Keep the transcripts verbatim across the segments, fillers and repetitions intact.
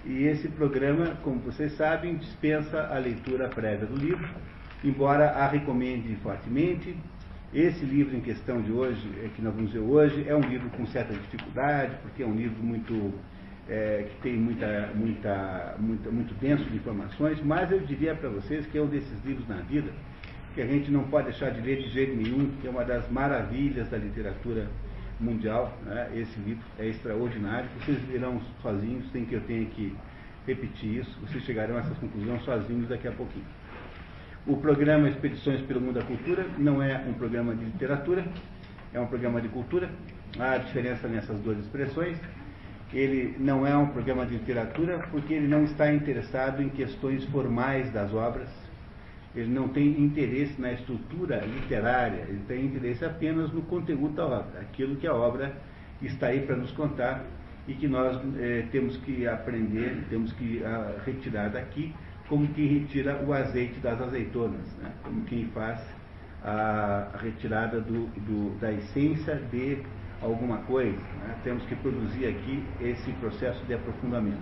E esse programa, como vocês sabem, dispensa a leitura prévia do livro, embora a recomende fortemente. Esse livro em questão de hoje, que nós vamos ver hoje, é um livro com certa dificuldade, porque é um livro muito, é, que tem muita, muita, muita, muito denso de informações, mas eu diria para vocês que é um desses livros na vida que a gente não pode deixar de ler de jeito nenhum, que é uma das maravilhas da literatura mundial, né? Esse livro é extraordinário, vocês verão sozinhos, sem que eu tenha que repetir isso, vocês chegarão a essas conclusões sozinhos daqui a pouquinho. O programa Expedições pelo Mundo da Cultura não é um programa de literatura, é um programa de cultura. Há diferença nessas duas expressões. Ele não é um programa de literatura porque ele não está interessado em questões formais das obras, ele não tem interesse na estrutura literária, ele tem interesse apenas no conteúdo da obra, aquilo que a obra está aí para nos contar e que nós eh, temos que aprender, temos que a, retirar daqui, como quem retira o azeite das azeitonas, né? Como quem faz a retirada do, do, da essência de alguma coisa, né? Temos que produzir aqui esse processo de aprofundamento.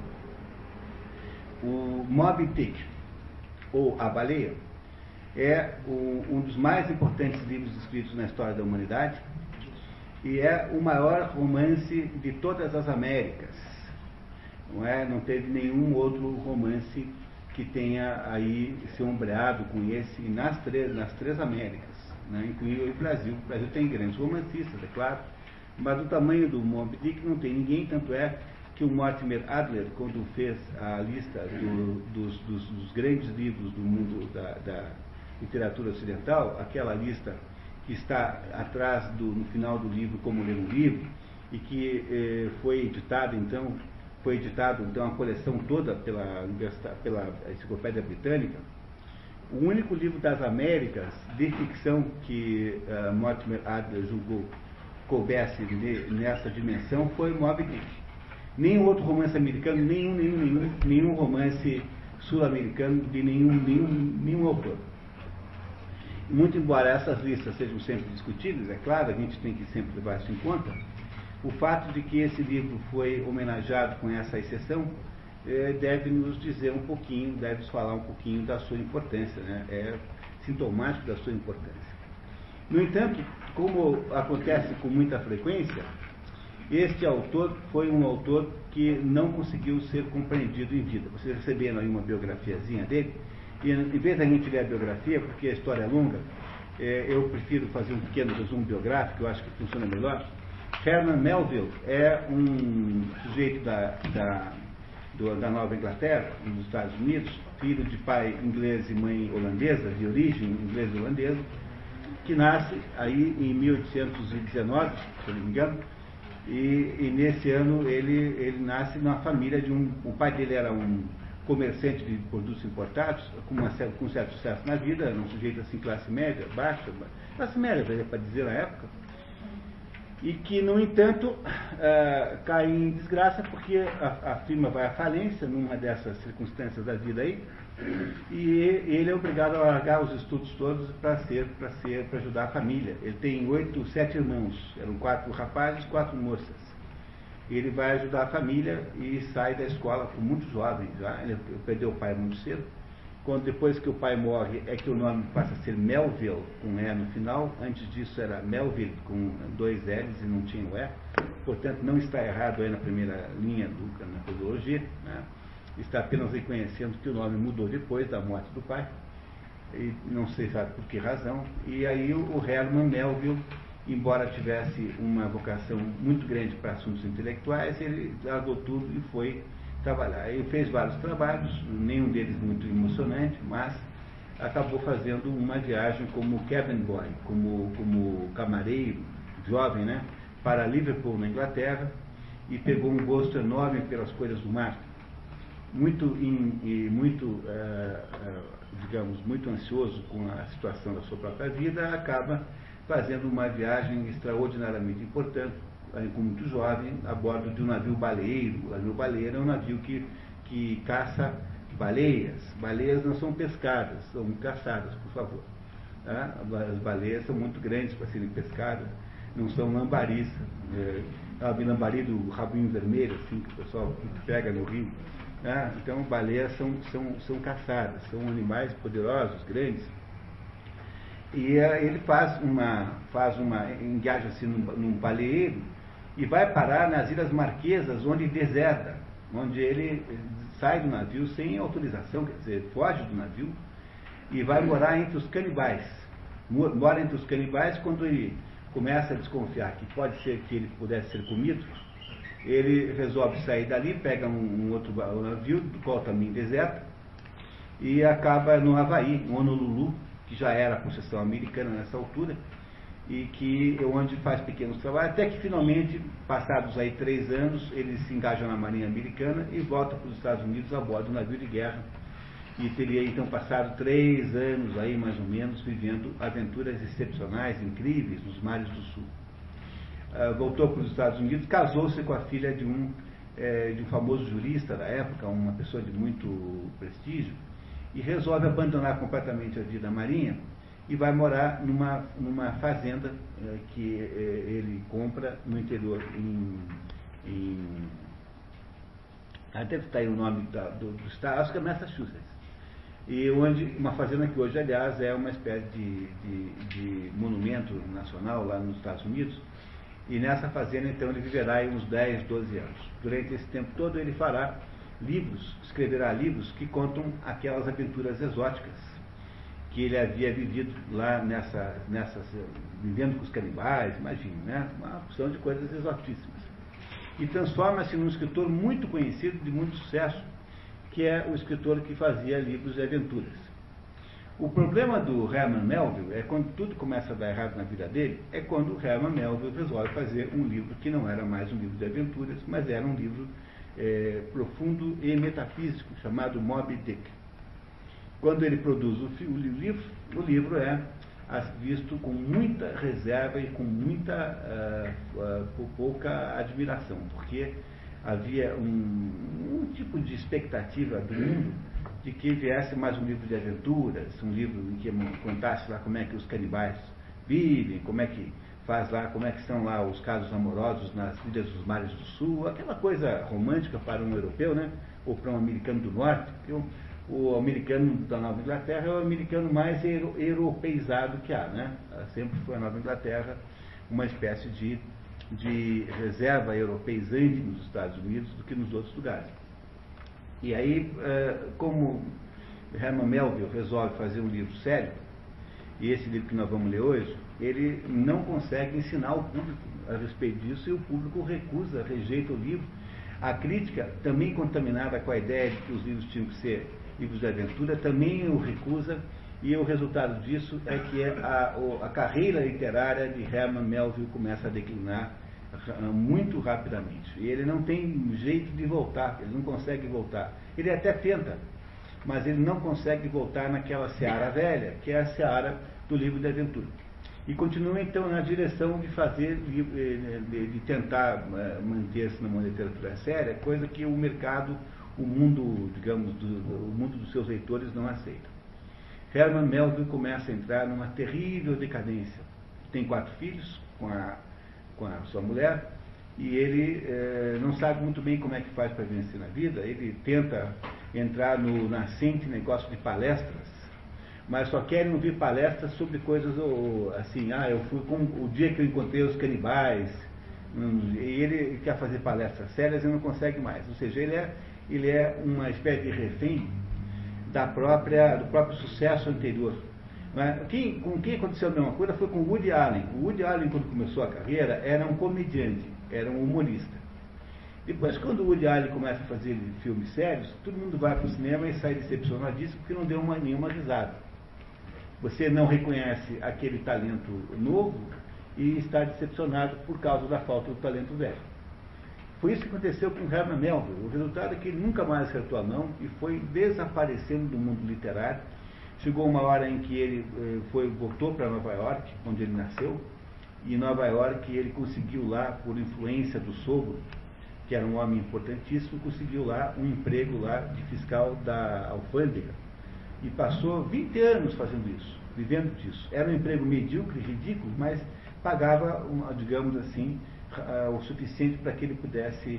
O Moby Dick, ou A Baleia, é o, um dos mais importantes livros escritos na história da humanidade e é o maior romance de todas as Américas. Não é? Não teve nenhum outro romance que tenha aí se ombreado com esse nas três, nas três Américas, né? Incluindo o Brasil. O Brasil tem grandes romancistas, é claro, mas do tamanho do Moby Dick não tem ninguém, tanto é que o Mortimer Adler, quando fez a lista do, dos, dos, dos grandes livros do mundo da, da literatura ocidental, aquela lista que está atrás, do, no final do livro, Como Ler um Livro, e que eh, foi editada então Foi editado, então, a coleção toda pela, pela Enciclopédia Britânica. O único livro das Américas de ficção que uh, Mortimer Adler julgou coubesse de, nessa dimensão foi Moby Dick. Nenhum outro romance americano, nenhum, nenhum, nenhum, nenhum romance sul-americano de nenhum, nenhum, nenhum autor. Muito embora essas listas sejam sempre discutidas, é claro, a gente tem que sempre levar isso em conta, o fato de que esse livro foi homenageado com essa exceção eh, deve nos dizer um pouquinho, deve nos falar um pouquinho da sua importância, né? É sintomático da sua importância. No entanto, como acontece com muita frequência, este autor foi um autor que não conseguiu ser compreendido em vida. Vocês receberam aí uma biografiazinha dele, e em vez da gente ler a biografia, porque a história é longa, eh, eu prefiro fazer um pequeno resumo biográfico, eu acho que funciona melhor. Herman Melville é um sujeito da, da, do, da Nova Inglaterra, nos Estados Unidos, filho de pai inglês e mãe holandesa, de origem inglesa e holandesa, que nasce aí em mil oitocentos e dezenove, se eu não me engano, e, e nesse ano ele, ele nasce numa família de um... O pai dele era um comerciante de produtos importados, com, uma, com um certo sucesso na vida, um sujeito assim, classe média, baixa, classe média, para dizer na época, e que, no entanto, uh, cai em desgraça porque a, a firma vai à falência numa dessas circunstâncias da vida aí, e ele é obrigado a largar os estudos todos para ser, para ser, para ajudar a família. Ele tem oito, sete irmãos, eram quatro rapazes, quatro moças. Ele vai ajudar a família e sai da escola muito jovem já. Ele perdeu o pai muito cedo. Quando, depois que o pai morre, é que o nome passa a ser Melville, com E no final. Antes disso era Melville, com dois L's e não tinha o E. Portanto, não está errado aí na primeira linha do, na metodologia, né? Está apenas reconhecendo que o nome mudou depois da morte do pai. E não sei sabe por que razão. E aí o Herman Melville, embora tivesse uma vocação muito grande para assuntos intelectuais, ele largou tudo e foi trabalhar. Ele fez vários trabalhos, nenhum deles muito emocionante, mas acabou fazendo uma viagem como cabin boy, como, como camareiro, jovem, né, para Liverpool, na Inglaterra, e pegou um gosto enorme pelas coisas do mar. Muito, in, e muito uh, uh, digamos, muito ansioso com a situação da sua própria vida, acaba fazendo uma viagem extraordinariamente importante, com muito jovem, a bordo de um navio baleeiro. O navio baleeiro é um navio que, que caça baleias. Baleias não são pescadas, são caçadas, por favor. Tá? As baleias são muito grandes para serem pescadas, não são lambaris. É, lambari do rabinho vermelho, assim, que o pessoal pega no rio. né? Então, baleias são, são, são caçadas, são animais poderosos, grandes. E uh, ele faz uma, faz uma engaja-se num, num baleeiro e vai parar nas Ilhas Marquesas, onde deserta, onde ele sai do navio sem autorização, quer dizer, foge do navio e vai morar entre os canibais. Mora entre os canibais. Quando ele começa a desconfiar que pode ser que ele pudesse ser comido, ele resolve sair dali, pega um, um outro navio, do qual também deserta, e acaba no Havaí, em Honolulu, que já era a concessão americana nessa altura, e que onde faz pequenos trabalhos, até que finalmente, passados aí três anos, ele se engaja na Marinha Americana e volta para os Estados Unidos a bordo do navio de guerra, e teria então passado três anos aí, mais ou menos, vivendo aventuras excepcionais, incríveis, nos mares do sul. Uh, voltou para os Estados Unidos, casou-se com a filha de um, eh, de um famoso jurista da época, uma pessoa de muito prestígio, e resolve abandonar completamente a vida marinha e vai morar numa, numa fazenda eh, que eh, ele compra no interior, em, em ah, deve estar aí o nome da, do, do estado, acho que é Massachusetts, e onde, uma fazenda que hoje, aliás, é uma espécie de, de, de monumento nacional lá nos Estados Unidos. E nessa fazenda, então, ele viverá aí uns dez, doze anos. Durante esse tempo todo, ele fará livros, escreverá livros que contam aquelas aventuras exóticas que ele havia vivido lá nessa, nessas, vivendo com os canibais, imagine, né? Uma opção de coisas exotíssimas. E transforma-se num escritor muito conhecido, de muito sucesso, que é o escritor que fazia livros de aventuras. O problema do Herman Melville é quando tudo começa a dar errado na vida dele, é quando o Herman Melville resolve fazer um livro que não era mais um livro de aventuras, mas era um livro é, profundo e metafísico, chamado Moby Dick. Quando ele produz o, o livro, o livro é visto com muita reserva e com muita uh, uh, pouca admiração, porque havia um, um tipo de expectativa do mundo de que viesse mais um livro de aventuras, um livro em que contasse lá como é que os canibais vivem, como é que faz lá, como é que são lá os casos amorosos nas ilhas dos mares do sul, aquela coisa romântica para um europeu, né? Ou para um americano do norte, porque o, o americano da Nova Inglaterra é o americano mais euro, europeizado que há, né? Sempre foi a Nova Inglaterra uma espécie de, de reserva europeizante nos Estados Unidos do que nos outros lugares. E aí, como Herman Melville resolve fazer um livro sério, e esse livro que nós vamos ler hoje, ele não consegue ensinar o público a respeito disso, e o público recusa, rejeita o livro. A crítica, também contaminada com a ideia de que os livros tinham que ser livros de aventura, também o recusa, e o resultado disso é que a, a carreira literária de Herman Melville começa a declinar muito rapidamente. E ele não tem jeito de voltar, ele não consegue voltar. Ele até tenta, mas ele não consegue voltar naquela seara velha, que é a seara do livro de aventura. E continua então na direção de fazer, de, de tentar manter-se numa literatura séria, coisa que o mercado, o mundo, digamos, do, o mundo dos seus leitores não aceita. Herman Melville começa a entrar numa terrível decadência. Tem quatro filhos com a com a sua mulher, e ele eh, não sabe muito bem como é que faz para vencer na vida. Ele tenta entrar no nascente negócio de palestras, mas só querem ouvir palestras sobre coisas ou, assim, ah, eu fui com o dia que eu encontrei os canibais, hum, e ele quer fazer palestras sérias e não consegue mais. Ou seja, ele é, ele é uma espécie de refém da própria, do próprio sucesso anterior. Quem, com quem aconteceu a mesma coisa foi com o Woody Allen. O Woody Allen, quando começou a carreira, era um comediante, era um humorista. Depois, quando o Woody Allen começa a fazer filmes sérios, todo mundo vai para o cinema e sai decepcionadíssimo porque não deu uma, nenhuma risada. Você não reconhece aquele talento novo e está decepcionado por causa da falta do talento velho. Foi isso que aconteceu com Herman Melville. O resultado é que ele nunca mais acertou a mão e foi desaparecendo do mundo literário. Chegou uma hora em que ele foi, voltou para Nova York, onde ele nasceu, e em Nova York ele conseguiu lá, por influência do sogro, que era um homem importantíssimo, conseguiu lá um emprego lá de fiscal da alfândega, e passou vinte anos fazendo isso, vivendo disso. Era um emprego medíocre, ridículo, mas pagava, digamos assim, o suficiente para que ele pudesse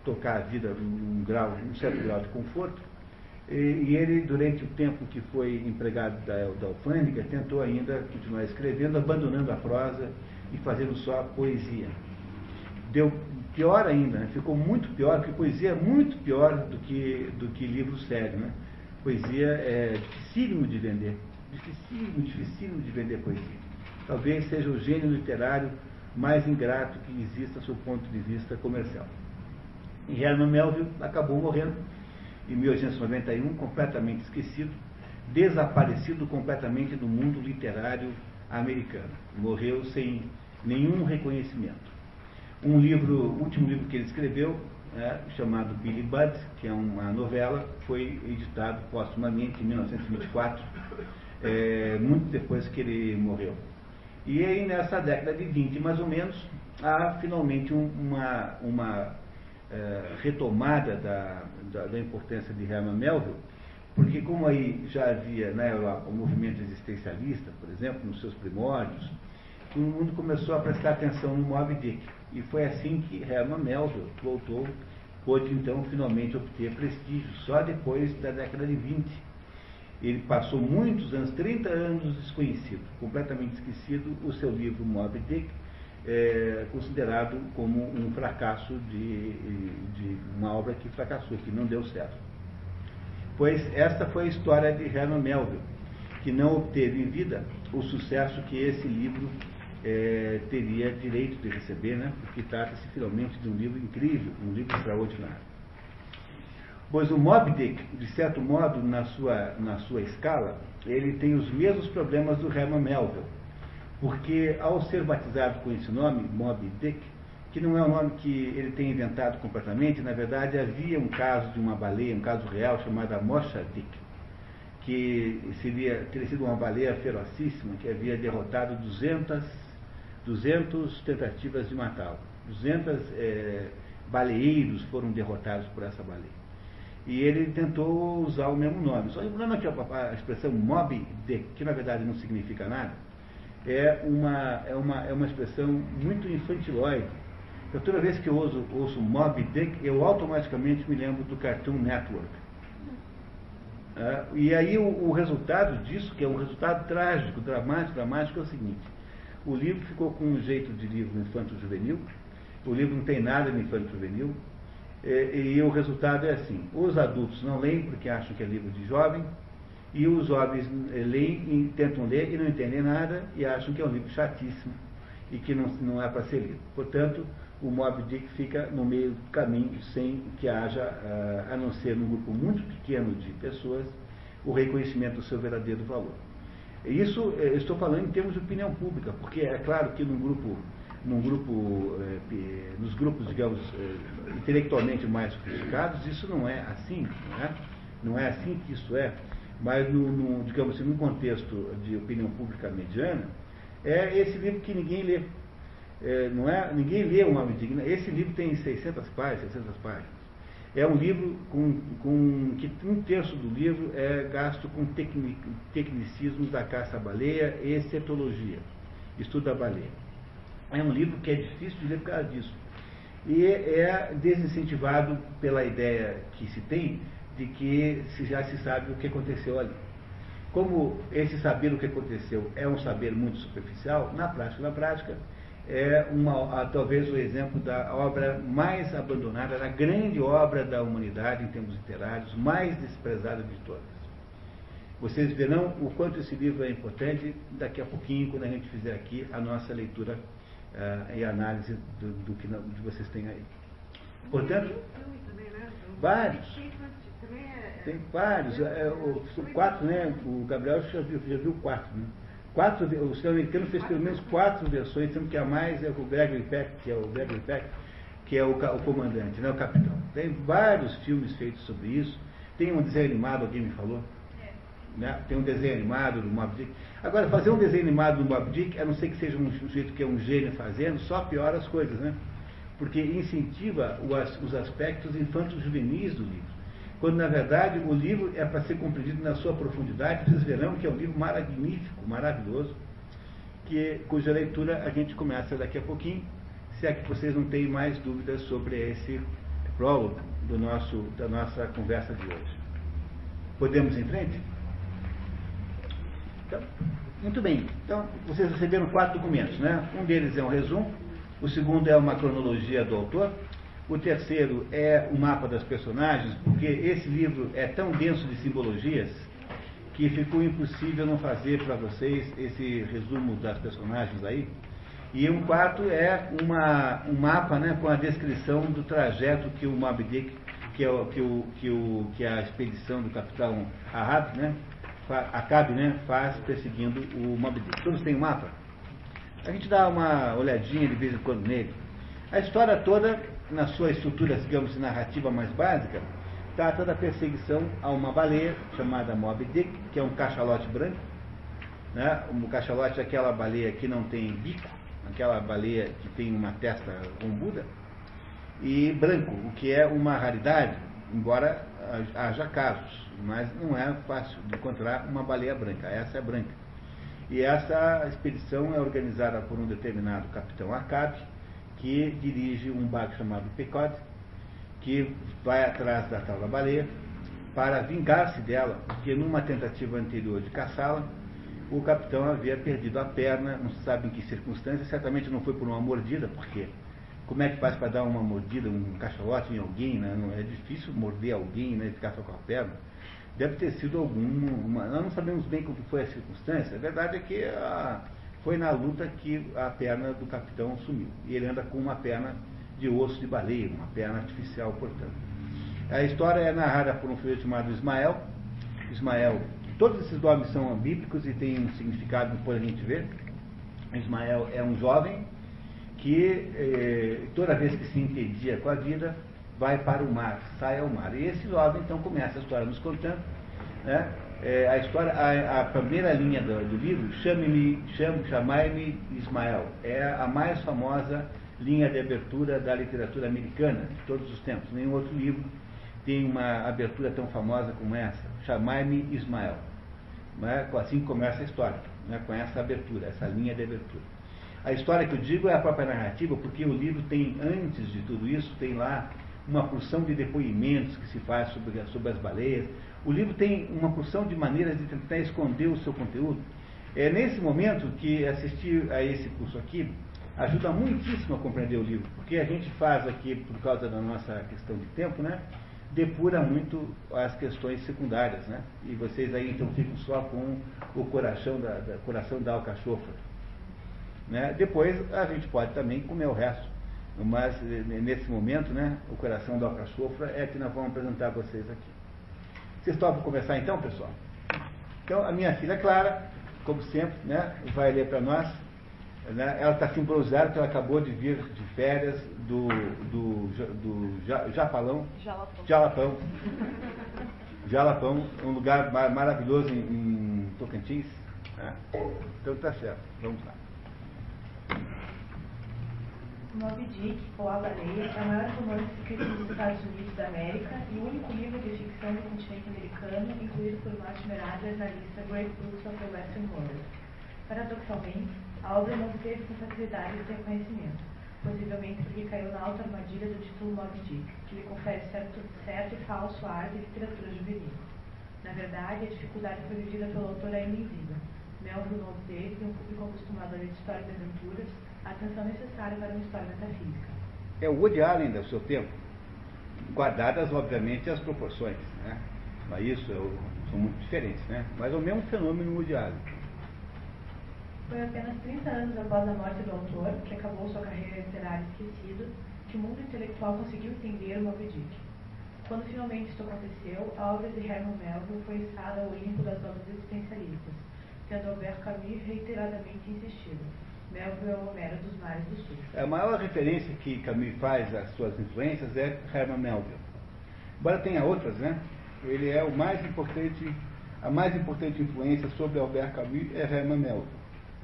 tocar a vida num, grau, num certo grau de conforto, e, e ele, durante o tempo que foi empregado da, da alfândega, tentou ainda continuar escrevendo, abandonando a prosa e fazendo só poesia. Deu pior ainda, né? Ficou muito pior, porque poesia é muito pior do que, do que livro sério, né? Poesia é dificílimo de vender, dificílimo, dificílimo de vender poesia. Talvez seja o gênero literário mais ingrato que exista sob o ponto de vista comercial. E Herman Melville acabou morrendo em mil oitocentos e noventa e um, completamente esquecido, desaparecido completamente do mundo literário americano. Morreu sem nenhum reconhecimento. Um livro, o último livro que ele escreveu, é, chamado Billy Budd, que é uma novela, foi editado póstumamente em mil novecentos e vinte e quatro, é, muito depois que ele morreu. E aí, nessa década de vinte, mais ou menos, há finalmente um, uma, uma é, retomada da, da, da importância de Herman Melville, porque como aí já havia na Europa o movimento existencialista, por exemplo, nos seus primórdios, todo mundo começou a prestar atenção no Moby Dick. E foi assim que Herman Melville voltou, pôde então finalmente obter prestígio, só depois da década de vinte. Ele passou muitos anos, trinta anos desconhecido, completamente esquecido. O seu livro Moby Dick é considerado como um fracasso de, de uma obra que fracassou, que não deu certo. Pois esta foi a história de Herman Melville, que não obteve em vida o sucesso que esse livro É, teria direito de receber, né? Porque trata-se finalmente de um livro incrível, um livro extraordinário. Pois o Moby Dick, de certo modo, na sua, na sua escala, ele tem os mesmos problemas do Herman Melville, porque ao ser batizado com esse nome, Moby Dick, que não é um nome que ele tem inventado completamente, na verdade havia um caso de uma baleia, um caso real, chamada Mocha Dick, que seria, teria sido uma baleia ferocíssima, que havia derrotado duzentas tentativas de matá-lo. duzentos é, baleeiros foram derrotados por essa baleia. E ele tentou usar o mesmo nome. Só que o problema é que a, a expressão Moby Dick, que na verdade não significa nada, é uma, é uma, é uma expressão muito infantilóide. Então, toda vez que eu ouço, ouço Moby Dick, eu automaticamente me lembro do Cartoon Network. É, e aí o, o resultado disso, que é um resultado trágico, dramático, dramático, é o seguinte: o livro ficou com um jeito de livro infanto-juvenil, o livro não tem nada de infanto-juvenil, e, e o resultado é assim: os adultos não leem porque acham que é livro de jovem, e os jovens leem e tentam ler e não entendem nada e acham que é um livro chatíssimo e que não, não é para ser lido. Portanto, o Moby Dick fica no meio do caminho sem que haja, a não ser num grupo muito pequeno de pessoas, o reconhecimento do seu verdadeiro valor. Isso eu estou falando em termos de opinião pública, porque é claro que num grupo, num grupo eh, nos grupos, digamos, eh, intelectualmente mais sofisticados, isso não é assim, não é? Não é assim que isso é, mas no, no, digamos assim, num contexto de opinião pública mediana, é esse livro que ninguém lê. É, não é, ninguém lê um Moby Dick. Esse livro tem seiscentas páginas, seiscentas páginas. É um livro com, com que um terço do livro é gasto com tecnic, tecnicismos da caça à baleia e cetologia, estudo da baleia. É um livro que é difícil de ler por causa disso. E é desincentivado pela ideia que se tem de que se já se sabe o que aconteceu ali. Como esse saber o que aconteceu é um saber muito superficial, na prática, na prática, é uma, talvez o exemplo da obra mais abandonada, da grande obra da humanidade em termos literários, mais desprezada de todas. Vocês verão o quanto esse livro é importante daqui a pouquinho, quando a gente fizer aqui a nossa leitura uh, e análise do, do que não, de vocês têm aí. Portanto, vários. Tem vários. É, o, quatro, né? O Gabriel já viu, já viu quatro, né? Quatro, o cinema americano fez pelo menos quatro versões, sendo que a mais é o Gregory Peck, que é o Gregory Peck, que é o, o comandante, né, o capitão. Tem vários filmes feitos sobre isso. Tem um desenho animado, alguém me falou? É. Né? Tem um desenho animado do Moby Dick. Agora, fazer um desenho animado do Moby Dick, a não ser que seja um sujeito que é um gênio fazendo, só piora as coisas, né? Porque incentiva os, os aspectos infantos juvenis do livro. Quando, na verdade, o livro é para ser compreendido na sua profundidade. Vocês verão que é um livro magnífico, maravilhoso, que, cuja leitura a gente começa daqui a pouquinho, se é que vocês não têm mais dúvidas sobre esse prólogo do nosso, da nossa conversa de hoje. Podemos ir em frente? Então, muito bem. Então, vocês receberam quatro documentos, né? Um deles é um resumo, o segundo é uma cronologia do autor, o terceiro é o mapa das personagens, porque esse livro é tão denso de simbologias que ficou impossível não fazer para vocês esse resumo das personagens aí. E um quarto é uma, um mapa, né, com a descrição do trajeto que o Moby Dick, que, é o, que, o, que, o, que a expedição do capitão Ahab, né, Acabe, né, faz perseguindo o Moby Dick. Todos têm um mapa? A gente dá uma olhadinha de vez em quando nele. A história toda, na sua estrutura, digamos, narrativa mais básica, trata da perseguição a uma baleia chamada Moby Dick, que é um cachalote branco. Né? O cachalote é aquela baleia que não tem bico, aquela baleia que tem uma testa rombuda, e branco, o que é uma raridade, embora haja casos, mas não é fácil de encontrar uma baleia branca. Essa é branca. E essa expedição é organizada por um determinado capitão Acabe, que dirige um barco chamado Pequod, que vai atrás da tal da baleia para vingar-se dela, porque numa tentativa anterior de caçá-la, o capitão havia perdido a perna, não se sabe em que circunstâncias, certamente não foi por uma mordida, porque como é que faz para dar uma mordida, um cachalote em alguém, né? Não é difícil morder alguém, né, e ficar só com a perna. Deve ter sido alguma, uma, nós não sabemos bem como foi a circunstância. A verdade é que a, foi na luta que a perna do capitão sumiu. E ele anda com uma perna de osso de baleia, uma perna artificial, portanto. A história é narrada por um filho chamado Ismael. Ismael, todos esses nomes são bíblicos e têm um significado, depois a gente vê. Ismael é um jovem que, eh, toda vez que se entedia com a vida, vai para o mar, sai ao mar. E esse jovem, então, começa a história nos contando, né? É, a história, a, a primeira linha do, do livro, chame-me, chame, chamai-me Ismael, é a mais famosa linha de abertura da literatura americana de todos os tempos. Nenhum outro livro tem uma abertura tão famosa como essa, chamai-me Ismael. Né? Assim começa a história, né? Com essa abertura, essa linha de abertura. A história que eu digo é a própria narrativa, porque o livro tem, antes de tudo isso, tem lá uma porção de depoimentos que se faz sobre, sobre as baleias. O livro tem uma porção de maneiras de tentar esconder o seu conteúdo. É nesse momento que assistir a esse curso aqui ajuda muitíssimo a compreender o livro, porque a gente faz aqui, por causa da nossa questão de tempo, né, depura muito as questões secundárias, né, e vocês aí então ficam só com o coração da, da, coração da alcachofra. Né? Depois a gente pode também comer o resto. Mas, nesse momento, né, o coração da alcachofra é que nós vamos apresentar a vocês aqui. Vocês topam começar então, pessoal? Então, a minha filha Clara, como sempre, né, vai ler para nós. Né, ela está assim bronzeada, porque ela acabou de vir de férias do, do, do Japalão. Jalapão. Jalapão. Jalapão, um lugar mar maravilhoso em, em Tocantins. Né? Então, tá certo. Vamos lá. Moby Dick, ou A Baleia, é o maior romance escrito nos Estados Unidos da América e o único livro de ficção do continente americano incluído por Mortimer Adler na lista Great Books of the Western World. Paradoxalmente, a obra não teve com facilidade esse reconhecimento, possivelmente porque caiu na alta armadilha do título Moby Dick, que lhe confere certo, certo e falso ar de literatura juvenil. Na verdade, a dificuldade foi vivida pelo autor ainda em vida. Melville não obteve, de um público acostumado a ler histórias de aventuras, a atenção necessária para uma história metafísica. É o Woody Allen do seu tempo, guardadas, obviamente, as proporções, né? Mas isso é, são muito diferentes, né? Mas é o mesmo fenômeno Woody Allen. Foi apenas trinta anos após a morte do autor, que acabou sua carreira literária esquecido, que o mundo intelectual conseguiu entender o Moby Dick. Quando finalmente isso aconteceu, a obra de Herman Melville foi içada ao Olimpo das obras existencialistas, tendo Albert Camus reiteradamente insistido. Melville é o Homero dos mares do sul. A maior referência que Camus faz às suas influências é Herman Melville. Embora tenha outras, né? Ele é o mais importante, a mais importante influência sobre Albert Camus é Herman Melville.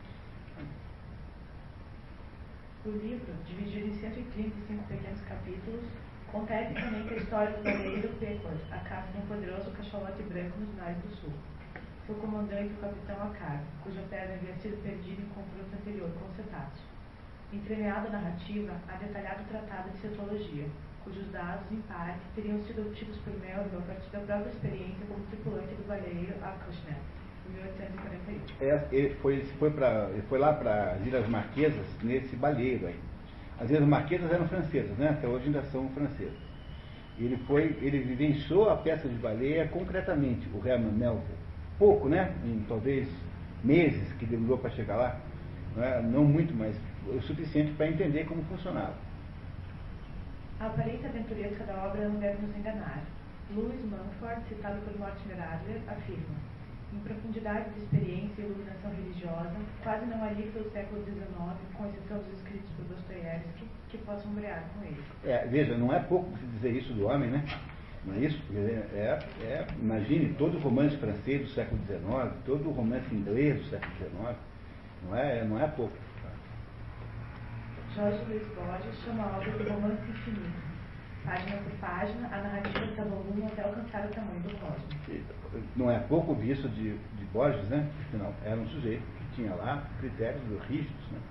O livro, dividido em cento e trinta e cinco pequenos capítulos, conta epicamente a história do baleeiro Pequod, a caça de um poderoso cachalote branco nos mares do sul. Seu comandante, o capitão Acabe, cuja perna havia sido perdida em confronto anterior com o cetáceo. Entremeada a narrativa, há detalhado tratado de cetologia, cujos dados, em parte, teriam sido obtidos por Melville a partir da própria experiência como tripulante do baleeiro Acushnet, em mil oitocentos e quarenta e um. É, ele, foi, ele, foi pra, ele foi lá para as Ilhas Marquesas, nesse baleeiro aí. As Ilhas Marquesas eram francesas, né? Até hoje ainda são francesas. Ele, foi, ele vivenciou a peça de baleia concretamente, o Herman Melville. Pouco, né? Em talvez meses que demorou para chegar lá. Não, é? Não muito, mas o suficiente para entender como funcionava. A aparência aventuresca da obra não deve nos enganar. Louis Mumford, citado por Mortimer Adler, afirma: em profundidade de experiência e iluminação religiosa, quase não há livro do século dezenove, com exceção dos escritos por Dostoiévski, que possam brilhar com ele. É, veja, não é pouco dizer isso do homem, né? Não é isso? É, é, imagine todo o romance francês do século dezenove, todo o romance inglês do século dezenove. Não é, não é pouco. Jorge Luiz Borges chama a obra de romance infinito. Página por página, a narrativa está volume até alcançar o tamanho do cosmos. Não é pouco disso de, de Borges, né? Afinal, era um sujeito que tinha lá critérios rígidos, né?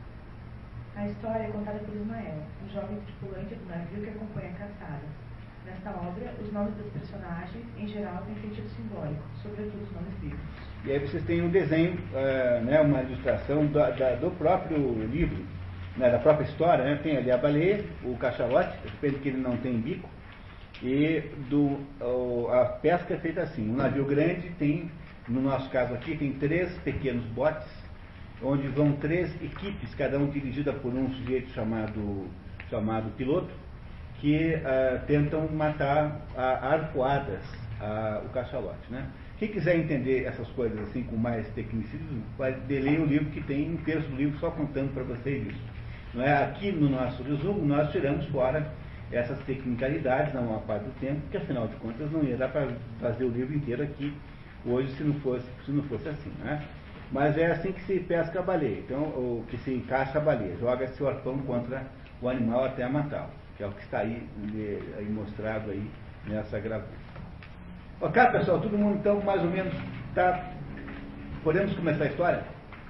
A história é contada por Ismael, um jovem tripulante do navio que acompanha a caçada. Nesta obra, os nomes dos personagens, em geral, têm sentido simbólico, sobretudo os nomes bíblicos. E aí vocês têm um desenho, uh, né, uma ilustração da, da, do próprio livro, né, da própria história, né? Tem ali a baleia, o cachalote, depende que ele não tem bico, e do, o, a pesca é feita assim. Um navio grande tem, no nosso caso aqui, tem três pequenos botes, onde vão três equipes, cada um dirigida por um sujeito chamado, chamado piloto, que uh, tentam matar uh, arpoadas uh, o cachalote, né? Quem quiser entender essas coisas assim com mais tecnicismo, vai ler o livro, que tem um terço do livro só contando para vocês isso. Não é? Aqui no nosso resumo, nós tiramos fora essas tecnicalidades na maior parte do tempo, porque afinal de contas não ia dar para fazer o livro inteiro aqui hoje se não fosse, se não fosse assim, né? Mas é assim que se pesca a baleia, então, o que se encaixa a baleia, joga-se o arpão contra o animal até matá-lo, que é o que está aí, aí mostrado aí nessa gravura. Ok, pessoal, todo mundo então mais ou menos está... Podemos começar a história?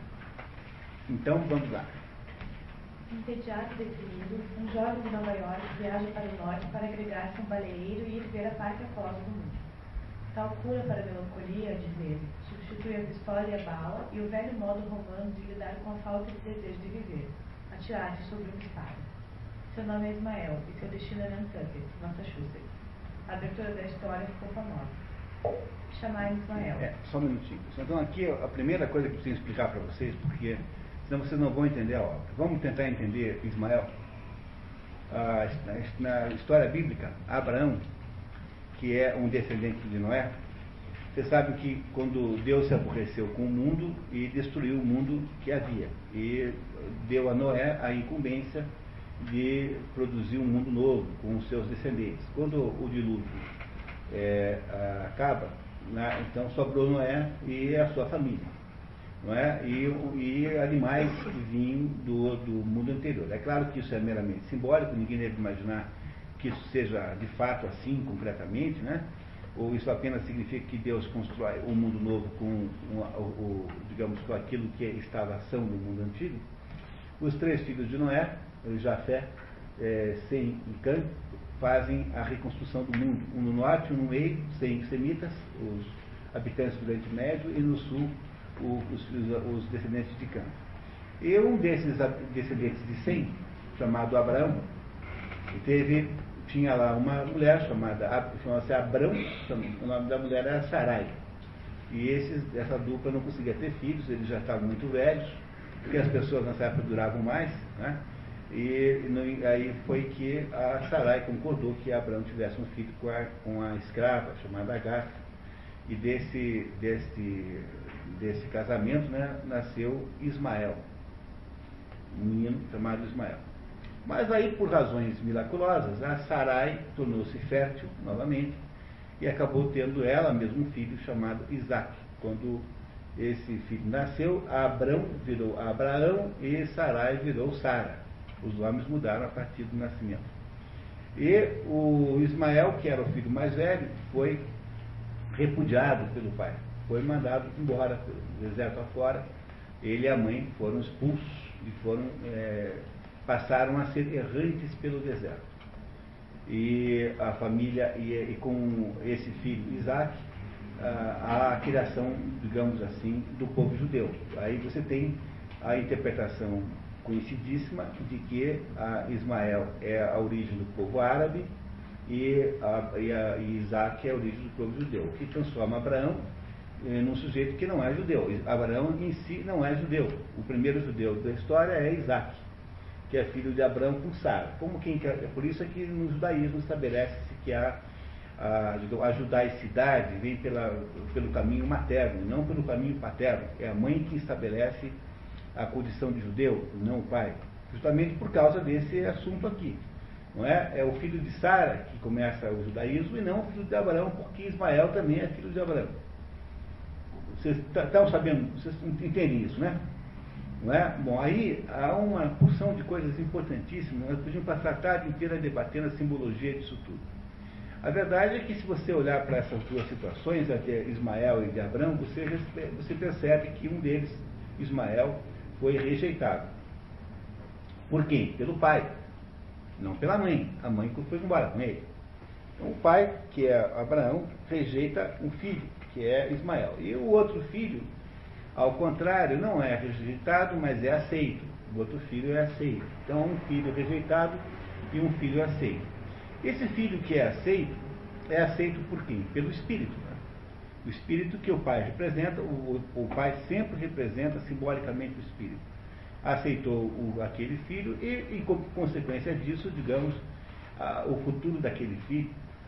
Então vamos lá. Entediado e deprimido, um jovem de Nova York viaja para o norte para agregar-se a um baleeiro e ir ver a pátria após do mundo. Tal cura para a melancolia, diz ele, substitui a pistola e a bala e o velho modo romano de lidar com a falta de desejo de viver, atirar-se sobre uma espada. Seu nome é Ismael e seu destino é Nantucket, Massachusetts. A abertura da história ficou famosa. Chamar Ismael. É, só um minutinho. Então aqui a primeira coisa que eu preciso explicar para vocês, porque senão vocês não vão entender a obra. Vamos tentar entender Ismael. Ah, na história bíblica, Abraão, que é um descendente de Noé, você sabe que quando Deus se aborreceu com o mundo e destruiu o mundo que havia, e deu a Noé a incumbência de produzir um mundo novo com os seus descendentes. Quando o dilúvio é, acaba, né, então sobrou Noé e a sua família, não é? e, e animais que vinham do, do mundo anterior. É claro que isso é meramente simbólico, ninguém deve imaginar que isso seja de fato assim, concretamente, né? Ou isso apenas significa que Deus constrói um mundo novo com, um, o, digamos, com aquilo que estava ação no mundo antigo. Os três filhos de Noé, Jafé, é, Sem e Cã, fazem a reconstrução do mundo. Um no norte, um no meio, Sem semitas, os habitantes do Oriente Médio, e no sul, o, os, os descendentes de Cã. E um desses descendentes de Sem, chamado Abraão, teve, tinha lá uma mulher chamada, chamava-se Abrão, o nome da mulher era Sarai. E esses, essa dupla não conseguia ter filhos, eles já estavam muito velhos, porque as pessoas nessa época duravam mais, né? E no, aí foi que a Sarai concordou que Abraão tivesse um filho com a, com a escrava chamada Agar. E desse, desse, desse casamento, né, nasceu Ismael, um menino chamado Ismael. Mas aí, por razões miraculosas, a Sarai tornou-se fértil novamente e acabou tendo ela mesmo um filho chamado Isaac. Quando esse filho nasceu, Abrão virou Abraão e Sarai virou Sara. Os nomes mudaram a partir do nascimento. E o Ismael, que era o filho mais velho, foi repudiado pelo pai. Foi mandado embora pelo deserto afora. Ele e a mãe foram expulsos e foram... É, passaram a ser errantes pelo deserto. e a família, e, e com esse filho Isaac, a, a criação, digamos assim, do povo judeu. Aí você tem a interpretação conhecidíssima de que a Ismael é a origem do povo árabe e, a, e, a, e Isaac é a origem do povo judeu, que transforma Abraão eh, num sujeito que não é judeu. Abraão em si não é judeu. O primeiro judeu da história é Isaac, que é filho de Abraão com Sara. Como quem quer, é por isso é que no judaísmo estabelece-se que a, a, a judaicidade vem pela, pelo caminho materno, não pelo caminho paterno. É a mãe que estabelece a condição de judeu, não o pai. Justamente por causa desse assunto aqui. Não é? É o filho de Sara que começa o judaísmo e não o filho de Abraão, porque Ismael também é filho de Abraão. Vocês estão sabendo, vocês entendem isso, né? Não é? Bom, aí há uma porção de coisas importantíssimas. Nós podíamos passar a tarde inteira debatendo a simbologia disso tudo. A verdade é que se você olhar para essas duas situações, a de Ismael e de Abraão, você, você percebe que um deles, Ismael, foi rejeitado. Por quem? Pelo pai, não pela mãe. A mãe foi embora com ele. Então o pai, que é Abraão, rejeita um filho, que é Ismael. E o outro filho, ao contrário, não é rejeitado, mas é aceito. O outro filho é aceito. Então um filho rejeitado e um filho aceito. Esse filho que é aceito, é aceito por quem? Pelo Espírito. Né? O Espírito que o pai representa, o, o pai sempre representa simbolicamente o Espírito. Aceitou o, aquele filho e, e, como consequência disso, digamos, a, o futuro daquele filho,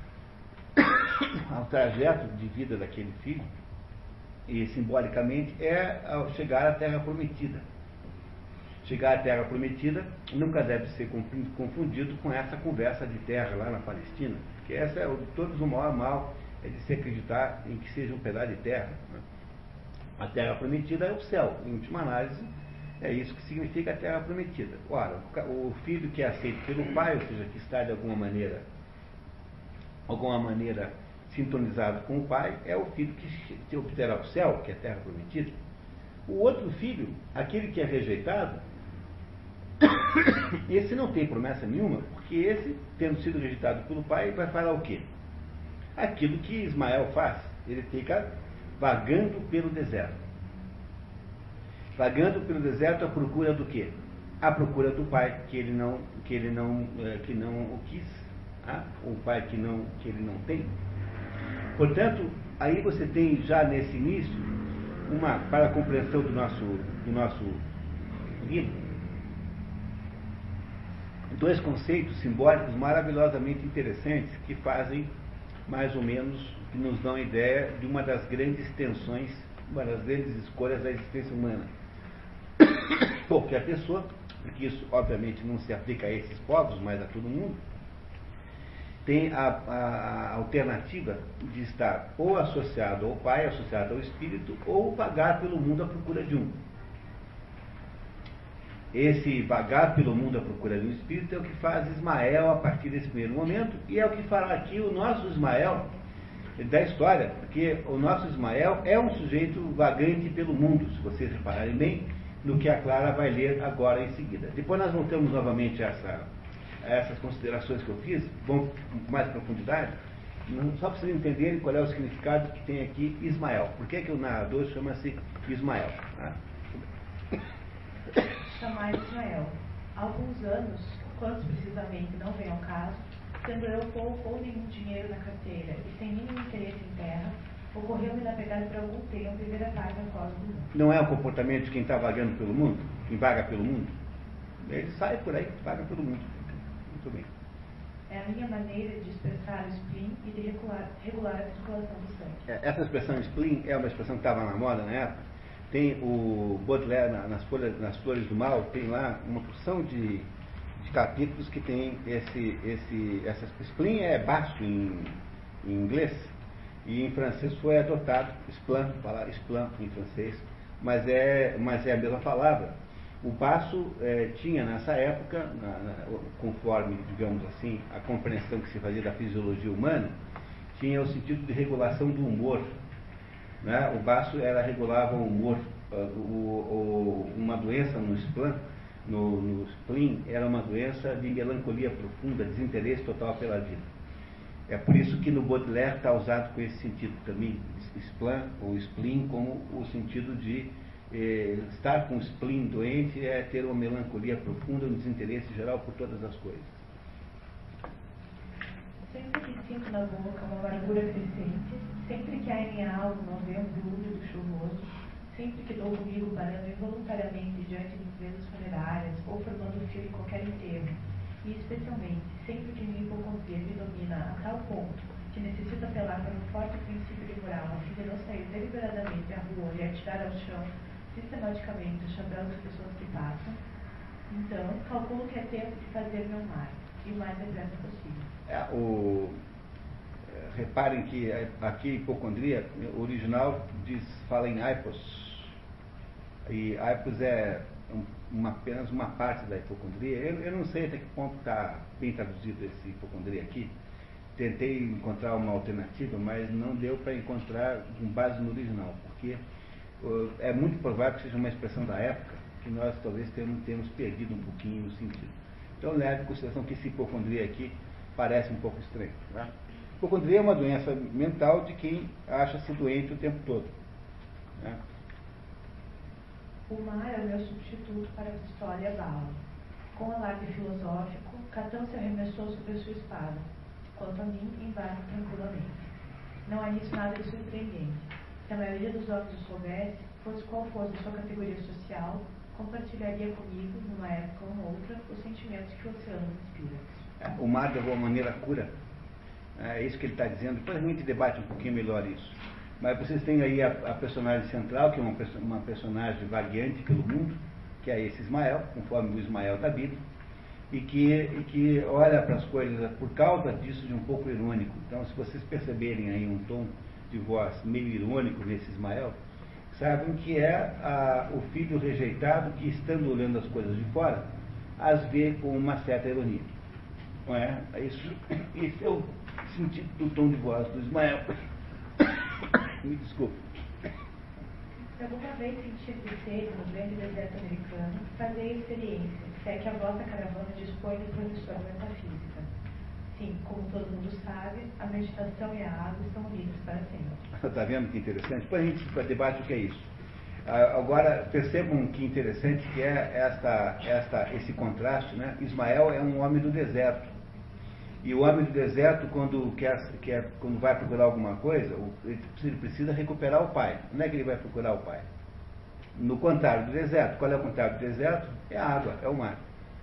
o trajeto de vida daquele filho, e simbolicamente, é ao chegar à Terra Prometida. Chegar à Terra Prometida nunca deve ser confundido com essa conversa de terra lá na Palestina, porque essa é todos o maior mal é de se acreditar em que seja um pedaço de terra. Né? A Terra Prometida é o céu, em última análise, é isso que significa a Terra Prometida. Ora, o filho que é aceito pelo pai, ou seja, que está de alguma maneira, alguma maneira sintonizado com o pai, é o filho que obterá o céu, que é a Terra Prometida. O outro filho, aquele que é rejeitado, esse não tem promessa nenhuma, porque esse, tendo sido rejeitado pelo pai, vai falar o quê? Aquilo que Ismael faz. Ele fica vagando pelo deserto. Vagando pelo deserto à procura do quê? À procura do pai, que ele não, que ele não, que não o quis. Ah? O pai que, não, que ele não tem. Portanto, aí você tem já nesse início, uma, para a compreensão do nosso, do nosso livro, dois conceitos simbólicos maravilhosamente interessantes que fazem mais ou menos, que nos dão a ideia de uma das grandes tensões, uma das grandes escolhas da existência humana. Qualquer pessoa, porque isso obviamente não se aplica a esses povos, mas a todo mundo, tem a, a, a alternativa de estar ou associado ao pai, associado ao espírito, ou vagar pelo mundo à procura de um. Esse vagar pelo mundo à procura de um espírito é o que faz Ismael a partir desse primeiro momento, e é o que fala aqui o nosso Ismael da história, porque o nosso Ismael é um sujeito vagante pelo mundo, se vocês repararem bem no que a Clara vai ler agora em seguida. Depois nós voltamos novamente a, essa, a essas considerações que eu fiz, vamos com mais profundidade, só para vocês entenderem qual é o significado que tem aqui Ismael. Por que, que o narrador chama-se Ismael? Tá? Chamar Ismael. Há alguns anos, quantos precisamente não vem ao caso, tendo eu pouco ou nenhum dinheiro na carteira e sem nenhum interesse em terra, ocorreu-me navegar por algum tempo e ver a vaga após do mundo. Não é o comportamento de quem está vagando pelo mundo? Quem vaga pelo mundo? Ele sai por aí, vaga pelo mundo. Muito bem. É a minha maneira de expressar o spleen e de regular, regular a circulação do sangue. Essa expressão spleen é uma expressão que estava na moda na época. Tem o Baudelaire, nas, folhas, nas Flores do Mal, tem lá uma porção de, de capítulos que tem esse, esse, essa spleen é baço em, em inglês, e em francês foi adotado spleen, falar spleen em francês, mas é, mas é a mesma palavra. O baço é, tinha nessa época, na, na, conforme, digamos assim, a compreensão que se fazia da fisiologia humana, tinha o sentido de regulação do humor. Né? O baço era, regulava o humor. O, o, uma doença no spleen no, no spleen, era uma doença de melancolia profunda, desinteresse total pela vida. É por isso que no Baudelaire está usado com esse sentido também, spleen ou spleen, como o sentido de eh, estar com o spleen doente é ter uma melancolia profunda, um desinteresse geral por todas as coisas. Sempre que sinto na boca uma amargura crescente, sempre que há em minha alma não vê um brilho do chuvoso, sempre que dou comigo parando involuntariamente diante de empresas funerárias ou formando fio em qualquer enterro, e especialmente sempre que minha hipocondria me domina a tal ponto que necessito apelar para um forte princípio de moral a fim de não sair deliberadamente à rua e atirar ao chão sistematicamente os chapéus das pessoas que passam, então calculo que é tempo de fazer-me amar, e o mais depressa possível. É, o, reparem que aqui hipocondria, o original diz, fala em hypos, e hypos é uma, apenas uma parte da hipocondria. Eu, eu não sei até que ponto está bem traduzido esse hipocondria aqui. Tentei encontrar uma alternativa, mas não deu para encontrar com base no original, porque uh, é muito provável que seja uma expressão da época que nós talvez tenhamos, tenhamos perdido um pouquinho o sentido. Então leve em consideração que esse hipocondria aqui parece um pouco estranho. Né? Hipocondria é uma doença mental de quem acha-se doente o tempo todo. Né? O mar é o meu substituto para a pistola e a bala. Com alarde filosófico, Catão se arremessou sobre a sua espada. Quanto a mim, embarco tranquilamente. Não há nisso nada de surpreendente. Se a maioria dos homens o soubesse, fosse qual fosse a sua categoria social, compartilharia comigo, numa época ou noutra, os sentimentos que o oceano inspira. O mar, de alguma maneira, cura. É isso que ele está dizendo. Depois a gente debate um pouquinho melhor isso. Mas vocês têm aí a, a personagem central, que é uma, uma personagem vagueante pelo mundo, que é esse Ismael, conforme o Ismael da Bíblia, e que, e que olha para as coisas por causa disso de um pouco irônico. Então, se vocês perceberem aí um tom de voz meio irônico nesse Ismael, saibam que é a, o filho rejeitado que, estando olhando as coisas de fora, as vê com uma certa ironia. Não é? Isso, esse é o sentido do tom de voz do Ismael. Me desculpe. Se alguma vez sentir sede no grande deserto americano, fazei a experiência, se é que a vossa caravana dispõe de professor de metafísica. Sim, como todo mundo sabe, a meditação e a água estão livres para sempre. Está vendo que interessante? Depois a gente debate o que é isso. Agora, percebam que interessante que é esta, esta, esse contraste, né? Ismael é um homem do deserto. E o homem do deserto, quando, quer, quer, quando vai procurar alguma coisa, ele precisa recuperar o pai. Onde é que ele vai procurar o pai? No contrário do deserto. Qual é o contrário do deserto? É a água, é o mar.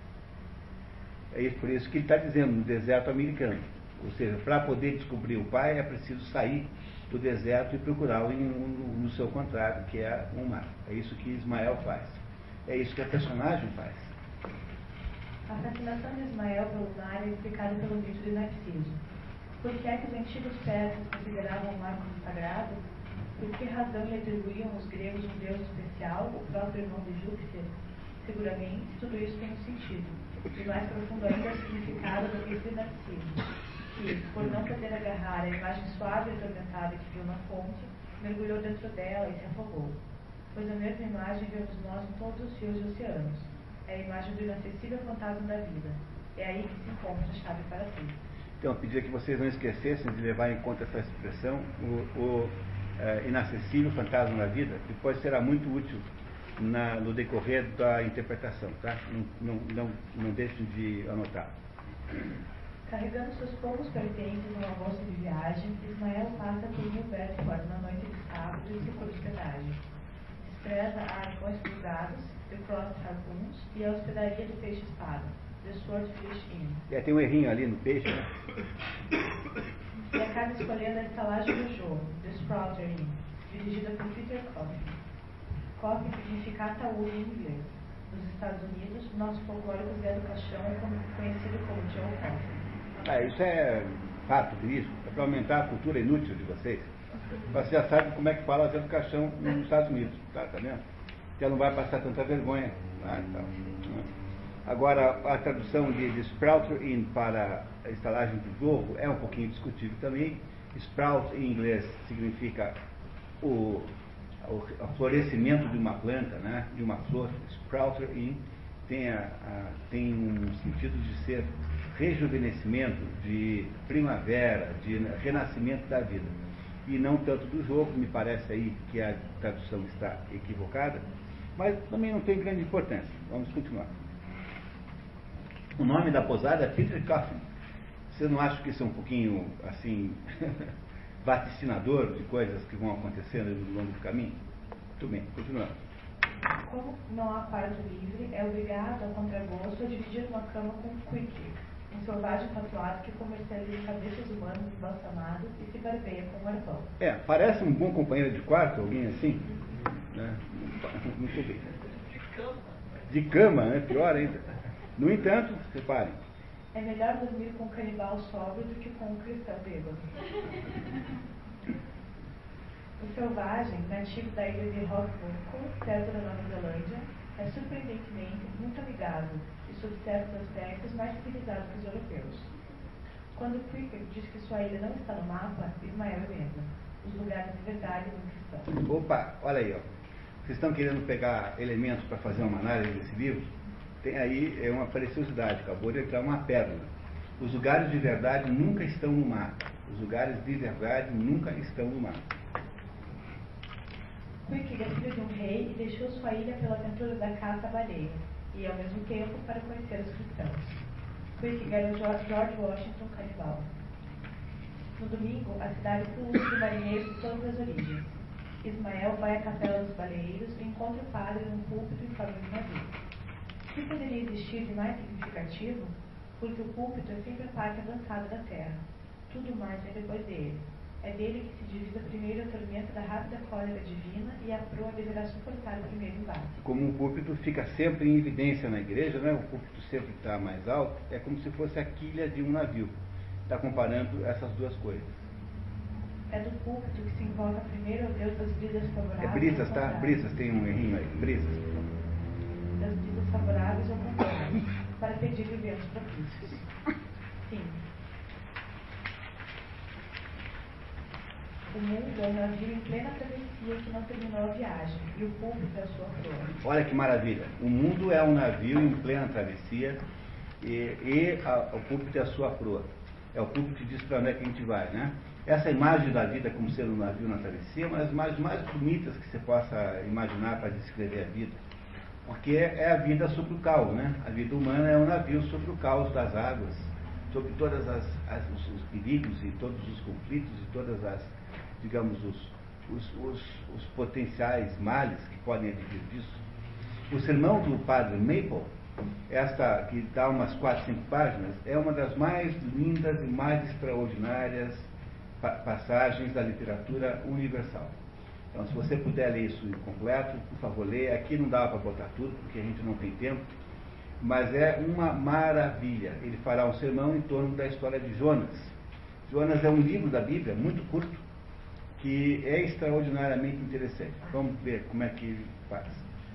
É isso, por isso que ele está dizendo, no deserto americano. Ou seja, para poder descobrir o pai, é preciso sair do deserto e procurá-lo no, no seu contrário, que é o mar. É isso que Ismael faz. É isso que a personagem faz. A fascinação de Ismael pelo mar é explicada pelo mito de Narciso. Por que é que os antigos persas consideravam o mar como sagrado? Por que razão lhe atribuíam os gregos um deus especial, o próprio irmão de Júpiter? Seguramente, tudo isso tem um sentido, e mais profundo ainda é o significado do mito de Narciso, que, por não poder agarrar a imagem suave e atormentada que viu na fonte, mergulhou dentro dela e se afogou. Pois a mesma imagem vemos nós em todos os rios e oceanos. É a imagem do inacessível fantasma da vida. É aí que se encontra a chave para tudo. Então, eu pedia que vocês não esquecessem de levar em conta essa expressão, o, o é, inacessível fantasma da vida, que depois será muito útil na, no decorrer da interpretação, tá? Não, não, não, não deixem de anotar. Carregando seus poucos pertences numa bolsa de viagem, Ismael passa por New Bedford na noite de sábado e se por hospedagem. Despreza arcões cruzados, The Crossed Harpoons e a hospedaria do Peixe-Espada, The Swordfish Inn. É, tem um errinho ali no peixe, né? E acaba escolhendo a estalagem do jogo, The Sprouter Inn, dirigida por Peter Coffin. Coffin significa ataúde em inglês. Nos Estados Unidos, nosso folclórico Zé do Caixão é conhecido como John Coffin. Ah, isso é fato disso, é para aumentar a cultura inútil de vocês. Você já sabe como é que fala Zé do Caixão nos Estados Unidos, tá, tá vendo? Já não vai passar tanta vergonha. Ah, então, né? Agora, a tradução de, de Sprouter Inn para a estalagem do jogo é um pouquinho discutível também. Sprout em inglês significa o, o, o florescimento de uma planta, né? De uma flor. Sprouter Inn tem, a, a, tem um sentido de ser rejuvenescimento, de primavera, de renascimento da vida. E não tanto do jogo, me parece aí que a tradução está equivocada, mas também não tem grande importância. Vamos continuar. O nome da posada é Peter Coffin. Você não acha que isso é um pouquinho, assim, vaticinador de coisas que vão acontecendo ao longo do caminho? Muito bem, continuando. Como não há quarto livre, é obrigado, ao contragosto, a dividir uma cama com Quick, um selvagem tatuado que comercializa cabeças humanas embalsamadas e se barbeia com um arpão. É, parece um bom companheiro de quarto, alguém assim? Né? Muito bem. De cama. De cama, né? Pior ainda. No entanto, reparem. É melhor dormir com um canibal sóbrio do que com um cristão bêbado. O selvagem, nativo da ilha de Rockwood, perto da Nova Zelândia, é surpreendentemente muito amigável e, sob certos aspectos, mais civilizado que os europeus. Quando Quicker diz que sua ilha não está no mapa, Ismael emenda. Os lugares de verdade nunca estão. Opa, olha aí, ó. Vocês estão querendo pegar elementos para fazer uma análise desse livro? Tem aí é uma preciosidade, acabou de entrar uma pérola. Os lugares de verdade nunca estão no mapa. Os lugares de verdade nunca estão no mapa. Quick é filho de um rei e deixou sua ilha pela aventura da caça à baleia, e ao mesmo tempo para conhecer os cristãos. Quick era o George Washington canibal. No domingo, a cidade pulula de marinheiros de todas as origens. Ismael vai à capela dos baleeiros e encontra o padre num púlpito em forma de navio. O que poderia existir de mais significativo? Porque o púlpito é sempre a parte avançada da terra. Tudo mais vem depois dele. É dele que se divide primeiro a tormenta da rápida cólera divina e a proa deverá suportar o primeiro embate. Como o púlpito fica sempre em evidência na igreja, né? O púlpito sempre está mais alto, é como se fosse a quilha de um navio. Está comparando essas duas coisas. É do púlpito que se invoca primeiro ao Deus das brisas favoráveis. É brisas, tá? Brisas, tem um errinho aí. Brisas. Das brisas favoráveis ou contrárias, para pedir ventos propícios. Sim. O mundo é um navio em plena travessia que não terminou a viagem, e o púlpito é a sua proa. Olha que maravilha. O mundo é um navio em plena travessia e, e a, o púlpito é a sua proa. É o púlpito que diz para onde é que a gente vai, né? Essa imagem da vida como ser um navio na travessia é uma das imagens mais bonitas que você possa imaginar para descrever a vida. Porque é a vida sobre o caos, né? A vida humana é um navio sobre o caos das águas, sobre todas as, as os, os perigos e todos os conflitos e todas as, digamos, os, os, os, os potenciais males que podem advir disso. O sermão do padre Maple, esta que dá umas quatro, cinco páginas, é uma das mais lindas e mais extraordinárias pa passagens da literatura universal. Então, se você puder ler isso completo, por favor, leia. Aqui não dá para botar tudo, porque a gente não tem tempo, mas é uma maravilha. Ele fará um sermão em torno da história de Jonas. Jonas é um livro da Bíblia, muito curto, que é extraordinariamente interessante. Vamos ver como é que ele faz.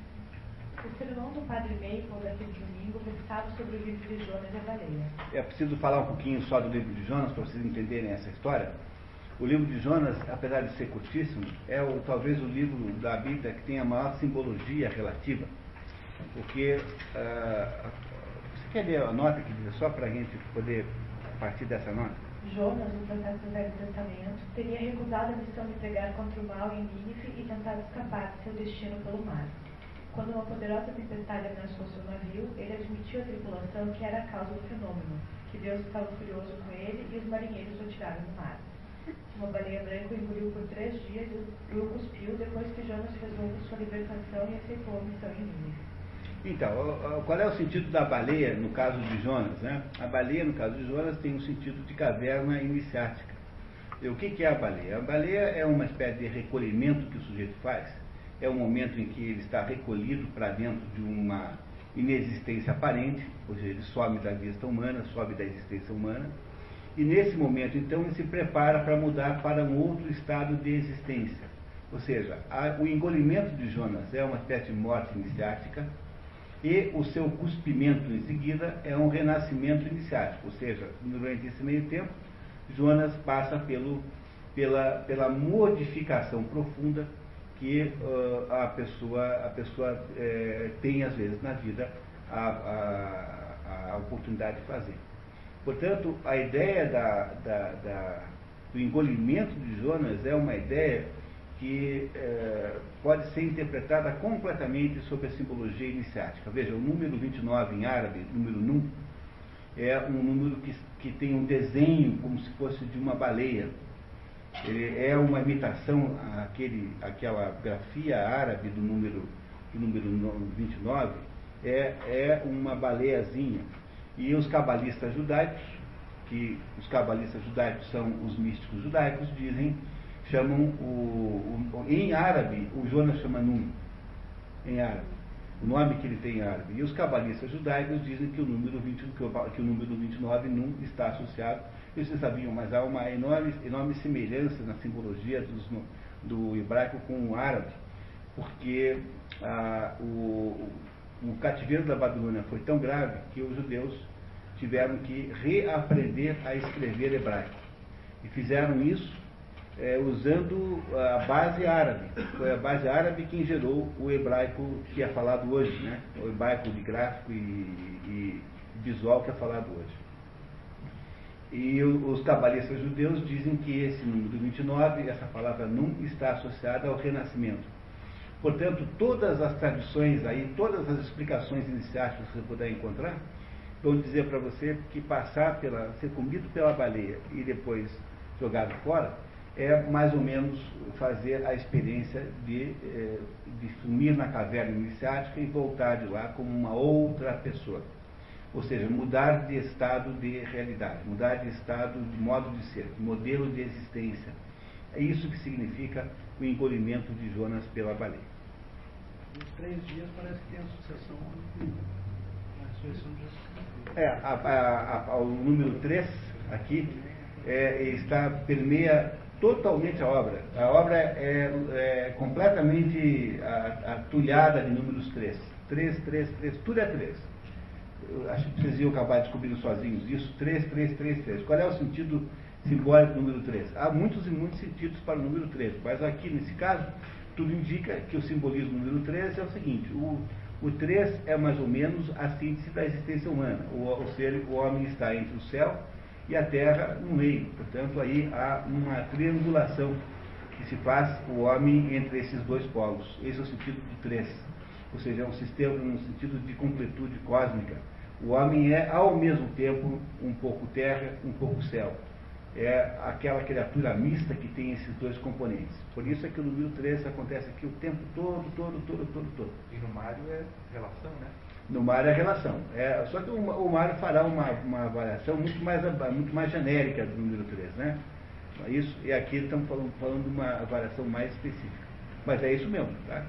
O sermão do padre Maple daquele domingo versava sobre o livro de Jonas e a baleia. É preciso falar um pouquinho só do livro de Jonas para vocês entenderem essa história. O livro de Jonas, apesar de ser curtíssimo, é o, talvez o livro da Bíblia que tem a maior simbologia relativa. Porque, uh, você quer ler a nota que diz, só para a gente poder partir dessa nota? Jonas, no processo do Velho Testamento, teria recusado a missão de pregar contra o mal em Nínive e tentado escapar de seu destino pelo mar. Quando uma poderosa tempestade ameaçou seu navio, ele admitiu à tripulação que era a causa do fenômeno, que Deus estava furioso com ele e os marinheiros o tiraram do mar. Uma baleia branca o engoliu por três dias e o cuspiu depois que Jonas rezou por sua libertação e aceitou a missão em Nínive. Então, qual é o sentido da baleia no caso de Jonas, né? A baleia, no caso de Jonas, tem um sentido de caverna iniciática. E o que é a baleia? A baleia é uma espécie de recolhimento que o sujeito faz. É um momento em que ele está recolhido para dentro de uma inexistência aparente, ou seja, ele sobe da vista humana, sobe da existência humana, e nesse momento, então, ele se prepara para mudar para um outro estado de existência. Ou seja, a, o engolimento de Jonas é uma espécie de morte iniciática, e o seu cuspimento em seguida é um renascimento iniciático. Ou seja, durante esse meio tempo, Jonas passa pelo, pela, pela modificação profunda que uh, a pessoa, a pessoa eh, tem às vezes na vida a, a, a oportunidade de fazer. Portanto, a ideia da, da, da, do engolimento de Jonas é uma ideia que é, pode ser interpretada completamente sob a simbologia iniciática. Veja, o número vinte e nove em árabe, número Nun, é um número que, que tem um desenho como se fosse de uma baleia. Ele é uma imitação àquele, àquela grafia árabe do número, do número vinte e nove, é, é uma baleiazinha. E os cabalistas judaicos, que os cabalistas judaicos são os místicos judaicos, dizem, chamam o, o em árabe, o Jonas chama Nun, em árabe, o nome que ele tem em árabe. E os cabalistas judaicos dizem que o número vinte, que o, que o número vinte e nove, Nun, está associado. Vocês sabiam, mas há uma enorme, enorme semelhança na simbologia dos, do hebraico com o árabe, porque ah, o, o cativeiro da Babilônia foi tão grave que os judeus tiveram que reaprender a escrever hebraico. E fizeram isso é, usando a base árabe. Foi a base árabe quem gerou o hebraico que é falado hoje, né? O hebraico de gráfico e, e visual que é falado hoje. E os cabalistas judeus dizem que esse número vinte e nove, essa palavra Nun, está associada ao renascimento. Portanto, todas as tradições aí, todas as explicações iniciais que você puder encontrar, vão dizer para você que passar pela, ser comido pela baleia e depois jogado fora, é mais ou menos fazer a experiência de, de sumir na caverna iniciática e voltar de lá como uma outra pessoa. Ou seja, mudar de estado de realidade, mudar de estado de modo de ser, de modelo de existência. É isso que significa o encolhimento de Jonas pela baleia. Nos três dias parece que tem a sucessão, a ressurreição de Jesus Cristo. É, a, a, a, o número três aqui é, está, permeia totalmente a obra. A obra é, é completamente atulhada de números três. três, três, três, tudo é três. Eu acho que vocês iam acabar descobrindo sozinhos isso. três, três, três, três. Qual é o sentido simbólico do número três? Há muitos e muitos sentidos para o número três, mas aqui, nesse caso, tudo indica que o simbolismo do número três é o seguinte: o, o três é mais ou menos a síntese da existência humana. O, o, ser, o homem está entre o céu e a terra no meio. Portanto, aí há uma triangulação que se faz o homem entre esses dois polos. Esse é o sentido do três. Ou seja, é um sistema, um sentido de completude cósmica. O homem é, ao mesmo tempo, um pouco terra, um pouco céu. É aquela criatura mista que tem esses dois componentes. Por isso é que o número três acontece aqui o tempo todo, todo, todo, todo, todo. E no Mário é relação, né? No Mário é relação. É, só que o, o Mário fará uma, uma variação muito mais, muito mais genérica do número três, né? Isso, e aqui estamos falando, falando de uma variação mais específica. Mas é isso mesmo, tá?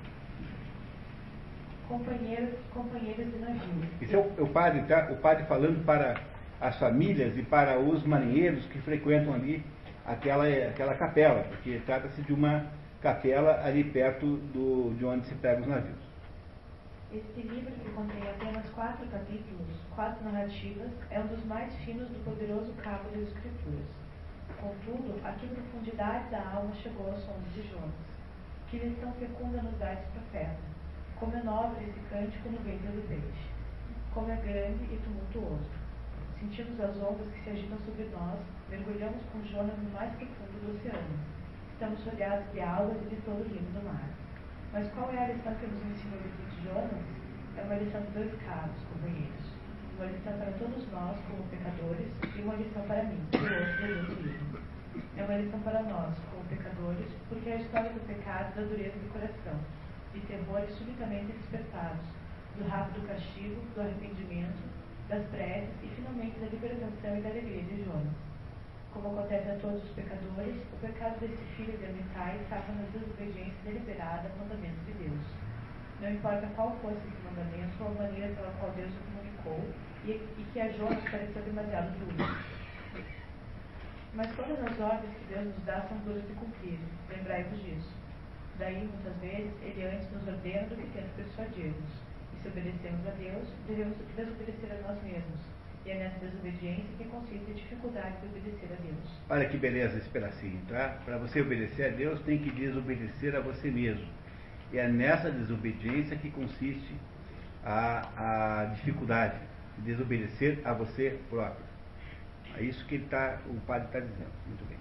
Companheiros, companheiros de navio. Isso é o, o padre, tá? O padre falando para as famílias e para os marinheiros que frequentam ali aquela, aquela capela, porque trata-se de uma capela ali perto do, de onde se pegam os navios. Este livro, que contém apenas quatro capítulos, quatro narrativas, é um dos mais finos do poderoso cabo das Escrituras. Contudo, a que profundidade da alma chegou aos sons de Jonas? Que lição fecunda nos dá esse profeta? Como é nobre esse cântico no ventre do peixe. Como é grande e tumultuoso. Sentimos as ondas que se agitam sobre nós, mergulhamos com Jonas no mais profundo do oceano. Estamos rodeados de algas e de todo o livro do mar. Mas qual é a lição que nos ensina o livro de Jonas? É uma lição de dois cabos, companheiros. Uma lição para todos nós, como pecadores, e uma lição para mim, que o outro leu o livro. É uma lição para nós, como pecadores, porque é a história do pecado e da dureza do coração, de terrores subitamente despertados, do rápido castigo, do arrependimento, das preces e finalmente da libertação e da alegria de Jonas. Como acontece a todos os pecadores, o pecado desse filho de Amitai estava na desobediência deliberada ao mandamento de Deus. Não importa qual fosse esse mandamento ou a maneira pela qual Deus o comunicou, e, e que a Jonas pareceu demasiado duro. Mas todas as ordens que Deus nos dá são duras de cumprir, lembrai-vos disso. Daí, muitas vezes, ele antes nos ordena do que tenta persuadir-nos. E se obedecemos a Deus, devemos desobedecer a nós mesmos. E é nessa desobediência que consiste a dificuldade de obedecer a Deus. Olha que beleza esse pedacinho, tá? Para você obedecer a Deus, tem que desobedecer a você mesmo. E é nessa desobediência que consiste a, a dificuldade de desobedecer a você próprio. É isso que ele tá, o padre está dizendo. Muito bem.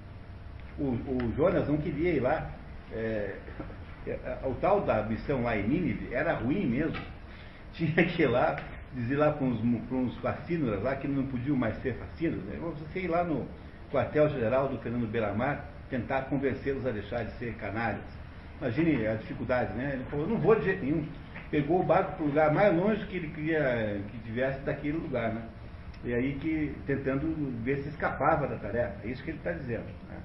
O, o Jonas não queria ir lá. É, o tal da missão lá em Nínive era ruim mesmo. Tinha que ir lá, dizer lá para uns, uns fascínoras lá que não podiam mais ser fascínoras. Né? Você ir lá no quartel-general do Fernando Beiramar tentar convencê-los a deixar de ser canários. Imagine a dificuldade, né? Ele falou, não vou de jeito nenhum. Pegou o barco para o lugar mais longe que ele queria que tivesse daquele lugar, né? E aí que, tentando ver se escapava da tarefa. É isso que ele está dizendo. Né?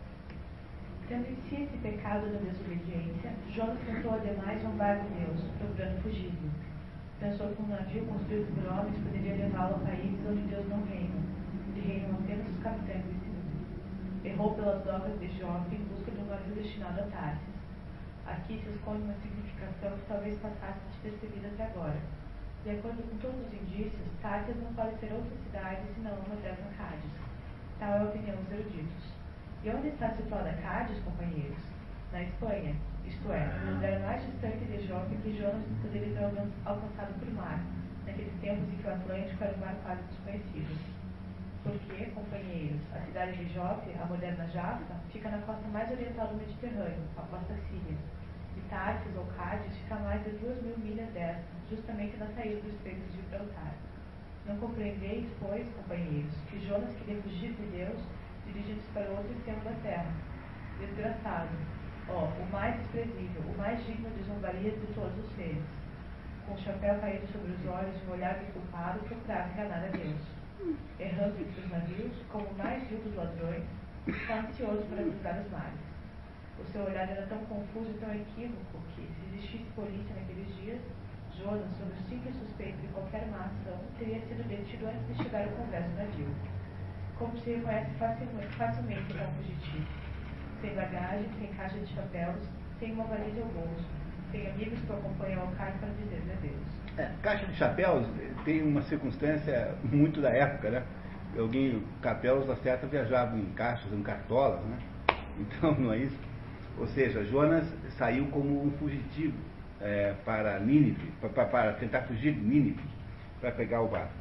Tendo em si esse pecado da desobediência, Jonas tentou ademais zombar de Deus, procurando fugir-lhe. Pensou que um navio construído por homens poderia levá-lo a países onde Deus não reina, onde reinam apenas os capitães desse mundo. Errou pelas docas de Jope em busca de um navio destinado a Tarsis. Aqui se esconde uma significação que talvez passasse despercebida até agora. De acordo com todos os indícios, Tarsis não pode ser outra cidade senão a moderna Cádiz. Tal é a opinião dos eruditos. E onde está situada Cádiz, companheiros? Na Espanha, isto é, no lugar mais distante de Jope que Jonas poderia ter alcançado por mar, naqueles tempos em que o Atlântico era um mar quase desconhecido. Porque, companheiros, a cidade de Jope, a moderna Jaffa, fica na costa mais oriental do Mediterrâneo, a costa síria. E Tarsis, ou Cádiz, fica a mais de duas mil milhas desta, justamente na saída do Estreito de Gibraltar. Não compreendeis, pois, companheiros, que Jonas queria fugir de Deus, dirigindo-se para outro extremo da terra. Desgraçado, ó, o mais desprezível, o mais digno de zombaria de todos os seres. Com o chapéu caído sobre os olhos e um olhar desculpado, procurava enganar a Deus. Errando entre os navios, como o mais vil dos ladrões, está ansioso para cruzar os mares. O seu olhar era tão confuso e tão equívoco que, se existisse polícia naqueles dias, Jonas, sob o simples suspeito de qualquer má ação, teria sido detido antes de chegar ao convés do navio. Como se reconhece facilmente, facilmente como fugitivo. Sem bagagem, sem caixa de chapéus, sem uma valise ao bolso, sem amigos que o acompanham ao cais para dizer adeus. É, caixa de chapéus tem uma circunstância muito da época, né? Alguém, chapéus, na certa, viajavam em caixas, em cartolas, né? Então, não é isso? Ou seja, Jonas saiu como um fugitivo é, para Nínive, para, para tentar fugir de Nínive, para pegar o barco.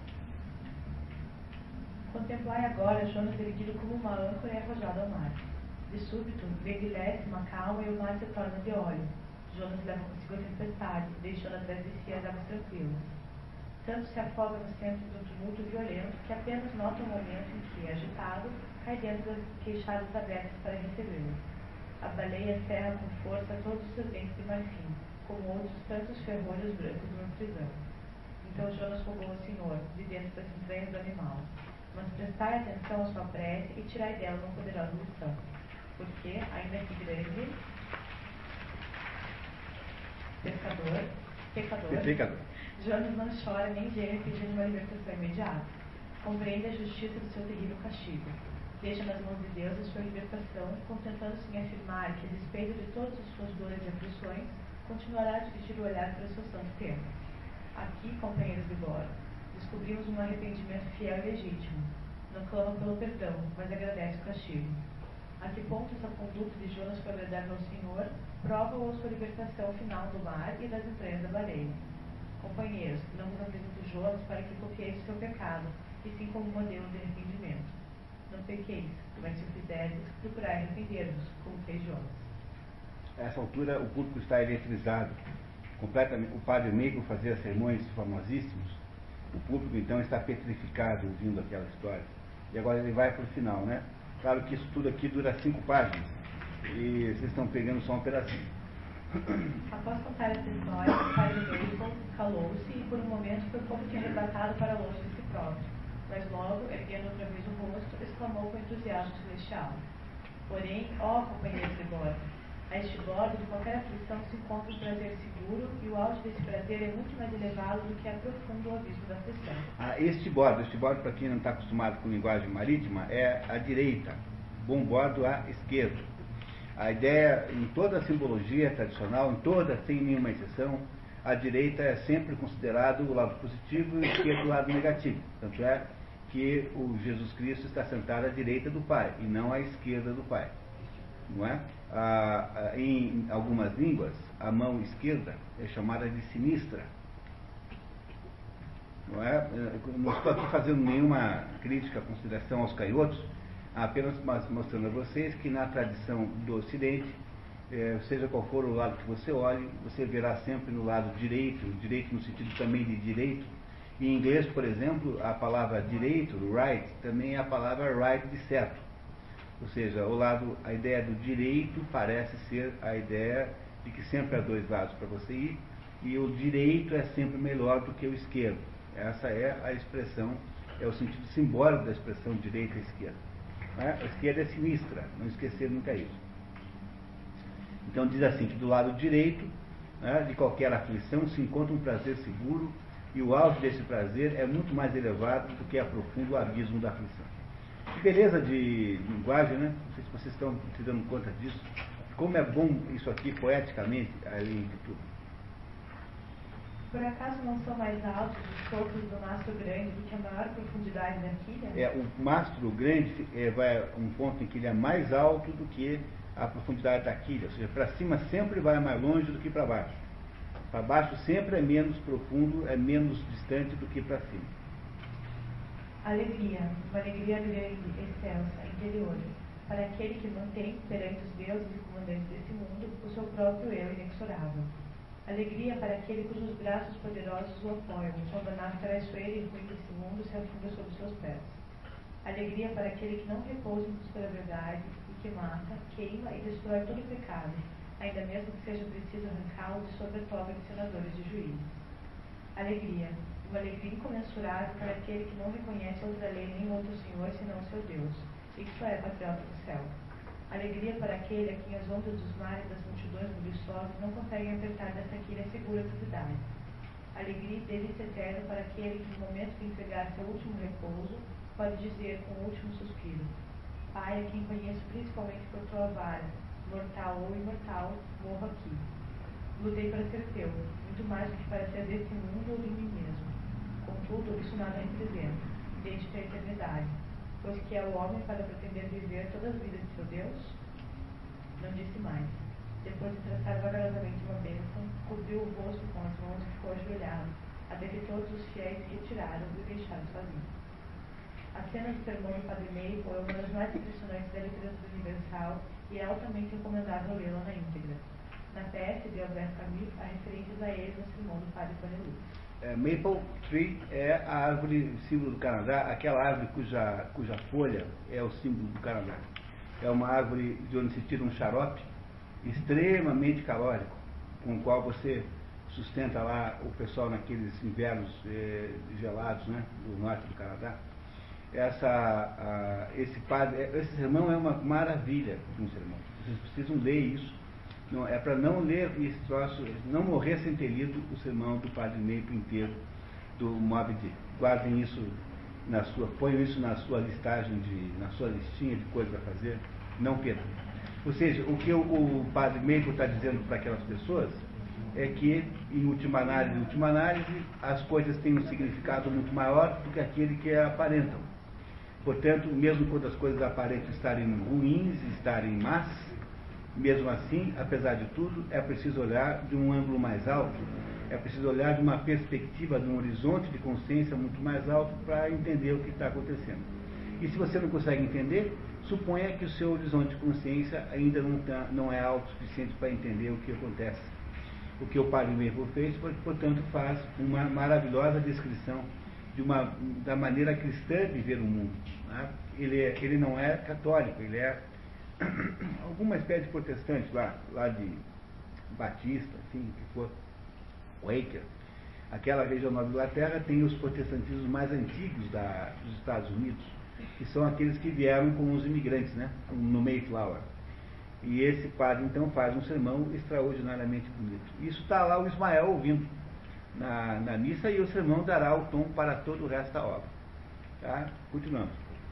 Contemplai agora Jonas erguido como uma âncora e arrojado ao mar. De súbito, bevilece uma calma e o mar se torna de óleo. Jonas leva consigo a tempestade, deixando atrás de si as águas tranquilas. Tanto se afoga no centro do tumulto violento que apenas nota o momento em que, agitado, cai dentro das queixadas abertas para recebê-lo. A baleia cerra com força todos os seus dentes de marfim, como outros tantos ferrolhos brancos numa prisão. Então Jonas rogou ao Senhor, de dentro das entranhas do animal, mas prestai atenção à sua prece e tirai dela uma poderosa lição, porque, ainda que grande, pescador, pecador, pecador, Jonas não chora nem geme pedindo uma libertação imediata. Compreende a justiça do seu terrível castigo. Deixa nas mãos de Deus a sua libertação, contentando-se em afirmar que, a despeito de todas as suas dores e aflições, continuará a dirigir o olhar para o seu santo templo. Aqui, companheiros de bordo, descobrimos um arrependimento fiel e legítimo. Não clama pelo perdão, mas agradece o castigo. A que ponto essa conduta de Jonas foi agradável ao Senhor, prova-o a sua libertação final do mar e das entranhas da baleia. Companheiros, não vos apresento Jonas para que copieis o seu pecado, e sim como modelo de arrependimento. Não pequeis, mas se o fizerdes, procurai arrepender-vos, como fez Jonas. A essa altura, o público está eletrizado. Completamente, o padre Meigo fazia sermões famosíssimos. O público, então, está petrificado ouvindo aquela história. E agora ele vai para o final, né? Claro que isso tudo aqui dura cinco páginas. E vocês estão pegando só um pedacinho. Após contar essa história, o padre Meigo calou-se e, por um momento, foi como que arrebatado para longe de si próprio. Mas logo, erguendo outra vez o rosto, exclamou com entusiasmo celestial: porém, ó companheiros de bordo, a este bordo de qualquer aflição se encontra um prazer seguro, e o auge desse prazer é muito mais elevado do que a profundo abismo da aflição. Ah, este bordo, este bordo, para quem não está acostumado com linguagem marítima, é a direita, bom bordo à esquerda. A ideia, em toda a simbologia tradicional, em toda, sem nenhuma exceção, a direita é sempre considerado o lado positivo e a esquerda o lado negativo. Tanto é que o Jesus Cristo está sentado à direita do Pai e não à esquerda do Pai. Não é? Ah, em algumas línguas, a mão esquerda é chamada de sinistra. Não, é? Não estou aqui fazendo nenhuma crítica, consideração aos canhotos, apenas mostrando a vocês que na tradição do Ocidente, é, seja qual for o lado que você olhe, você verá sempre no lado direito, direito no sentido também de direito. Em inglês, por exemplo, a palavra direito, right, também é a palavra right de certo. Ou seja, o lado, a ideia do direito parece ser a ideia de que sempre há dois lados para você ir, e o direito é sempre melhor do que o esquerdo. Essa é a expressão, é o sentido simbólico da expressão direita e esquerda. A esquerda é sinistra, não esquecer nunca isso. Então diz assim, que do lado direito, né, de qualquer aflição se encontra um prazer seguro, e o auge desse prazer é muito mais elevado do que aprofunda o abismo da aflição. Que beleza de linguagem, né? Não sei se vocês estão se dando conta disso. Como é bom isso aqui, poeticamente, além de tudo. Por acaso não são mais altos os sopros do mastro grande do que a maior profundidade da quilha? É, o mastro grande é, vai a um ponto em que ele é mais alto do que a profundidade da quilha, ou seja, para cima sempre vai mais longe do que para baixo. Para baixo sempre é menos profundo, é menos distante do que para cima. Alegria, uma alegria grande, excelsa, interior, para aquele que mantém perante os deuses e comandantes desse mundo o seu próprio eu inexorável. Alegria para aquele cujos braços poderosos o apoiam, quando a nave traiçoeira e ruim desse mundo se afunda sob seus pés. Alegria para aquele que não repousa em busca da verdade e que mata, queima e destrói todo o pecado, ainda mesmo que seja preciso arrancá-lo de sob a toga de senadores de juízes. Alegria, uma alegria incomensurável para aquele que não reconhece outra lei nem outro senhor senão o seu Deus, e que só é patriota do céu. Alegria para aquele a quem as ondas dos mares das multidões buliçosas não conseguem apertar dessa quilha segura da cidade. Alegria e delícia eterna para aquele que, no momento de entregar seu último repouso, pode dizer com o último suspiro: Pai, a quem conheço principalmente por tua vara, mortal ou imortal, morro aqui. Lutei para ser teu, muito mais do que para ser desse mundo ou de mim mesmo. Contudo, isso nada representa, desde a eternidade. Pois que é o homem para pretender viver todas as vidas de seu Deus? Não disse mais. Depois de traçar vagarosamente uma bênção, cobriu o rosto com as mãos e ficou ajoelhado, até que todos os fiéis se retiraram e o deixaram sozinho. A cena do sermão do Padre Maple é uma das mais impressionantes da literatura universal e é altamente recomendável lê-la na íntegra. Na P S de Albert Camus, há referências a ele no sermão do Padre Cornelius. É, Maple Tree é a árvore símbolo do Canadá, aquela árvore cuja, cuja folha é o símbolo do Canadá. É uma árvore de onde se tira um xarope extremamente calórico, com o qual você sustenta lá o pessoal naqueles invernos eh, gelados, né, do norte do Canadá. Essa, a, esse, padre, esse sermão é uma maravilha de um sermão. Vocês precisam ler isso. Não, é para não ler esse troço, não morrer sem ter lido o sermão do Padre Maple inteiro, do Moby Dick. Guardem isso na sua, ponham isso na sua listagem, de, na sua listinha de coisas a fazer, não percam. Ou seja, o que o, o Padre Maple está dizendo para aquelas pessoas é que, em última análise, em última análise, as coisas têm um significado muito maior do que aquele que aparentam. Portanto, mesmo quando as coisas aparentam estarem ruins, estarem más, mesmo assim, apesar de tudo, é preciso olhar de um ângulo mais alto, é preciso olhar de uma perspectiva, de um horizonte de consciência muito mais alto para entender o que está acontecendo. E se você não consegue entender, suponha que o seu horizonte de consciência ainda não, tá, não é alto o suficiente para entender o que acontece. O que o Padre Maple fez, portanto, faz uma maravilhosa descrição de uma, da maneira cristã de ver o mundo. Né? Ele, é, ele não é católico, ele é alguma espécie de protestante lá, lá de Batista, assim, que for, Quaker. Aquela região da Inglaterra tem os protestantismos mais antigos da, dos Estados Unidos, que são aqueles que vieram com os imigrantes, né, no Mayflower. E esse padre, então, faz um sermão extraordinariamente bonito. Isso está lá o Ismael ouvindo na, na missa, e o sermão dará o tom para todo o resto da obra. Tá? Continuamos.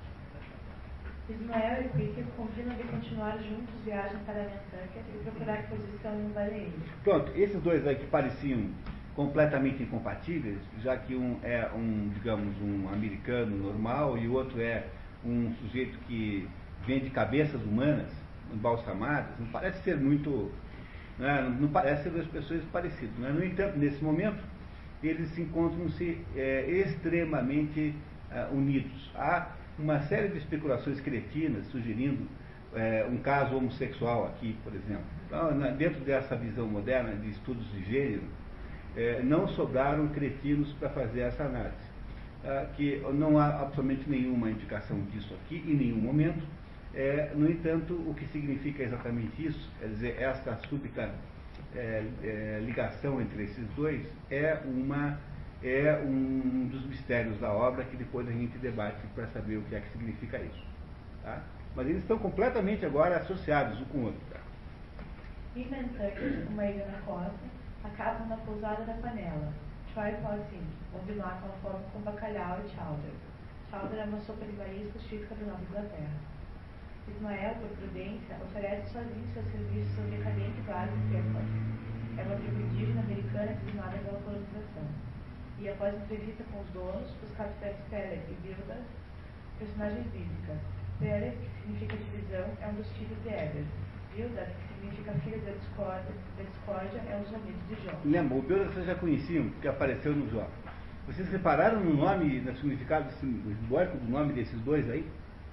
Ismael e Quaker combinam de continuar juntos viagem para Nantucket e procurar posição em um baleeiro. Pronto, esses dois aí que pareciam completamente incompatíveis, já que um é um, digamos, um americano normal e o outro é um sujeito que vende cabeças humanas embalsamadas, não parece ser muito, né, não parece ser duas pessoas parecidas. Né? No entanto, nesse momento, eles encontram-se é, extremamente é, unidos. Há uma série de especulações cretinas sugerindo é, um caso homossexual aqui, por exemplo. Então, na, dentro dessa visão moderna de estudos de gênero, é, não sobraram cretinos para fazer essa análise. É, que não há absolutamente nenhuma indicação disso aqui, em nenhum momento. É, no entanto, o que significa exatamente isso, quer dizer, essa súbita é, é, ligação entre esses dois, é, uma, é um dos mistérios da obra que depois a gente debate para saber o que é que significa isso. Tá? Mas eles estão completamente agora associados um com o outro. Tá? Em Nantucket, uma ilha na costa, acabam na pousada da panela, Tripod Inn, onde matam a fome com bacalhau e chowder. Chowder é uma sopa de mariscos típica do Nova Inglaterra. Ismael, por prudência, oferece sozinho seus serviços ao decadente bar de Fairport. É uma tribo indígena americana dizimada pela colonização. E após entrevista com os donos, os capitães Peleg e Bildas, personagens bíblicas. Peleg, que significa divisão, é um dos filhos de Eber. Bildas, que significa filho da discórdia, da discórdia é um dos amigos de Jó. Lembra, o Bildas vocês já conheciam, porque apareceu no Jó. Vocês repararam no nome, no significado simbólico do nome desses dois aí?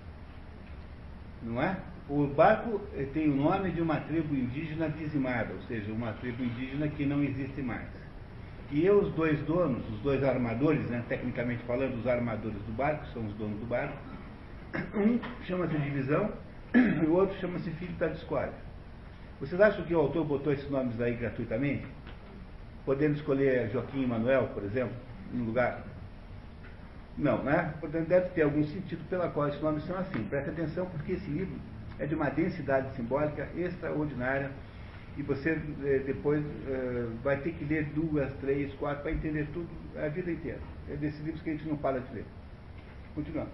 Não é? O barco tem o nome de uma tribo indígena dizimada, ou seja, uma tribo indígena que não existe mais. E os dois donos, os dois armadores, né, tecnicamente falando, os armadores do barco, são os donos do barco, um chama-se Divisão e o outro chama-se Filho da Discórdia. Vocês acham que o autor botou esses nomes aí gratuitamente? Podendo escolher Joaquim e Manuel, por exemplo, no lugar? Não, né? Portanto, deve ter algum sentido pela qual esses nomes são assim. Preste atenção, porque esse livro é de uma densidade simbólica extraordinária e você eh, depois eh, vai ter que ler duas, três, quatro para entender tudo a vida inteira. É desses livros que a gente não para de ler. Continuando.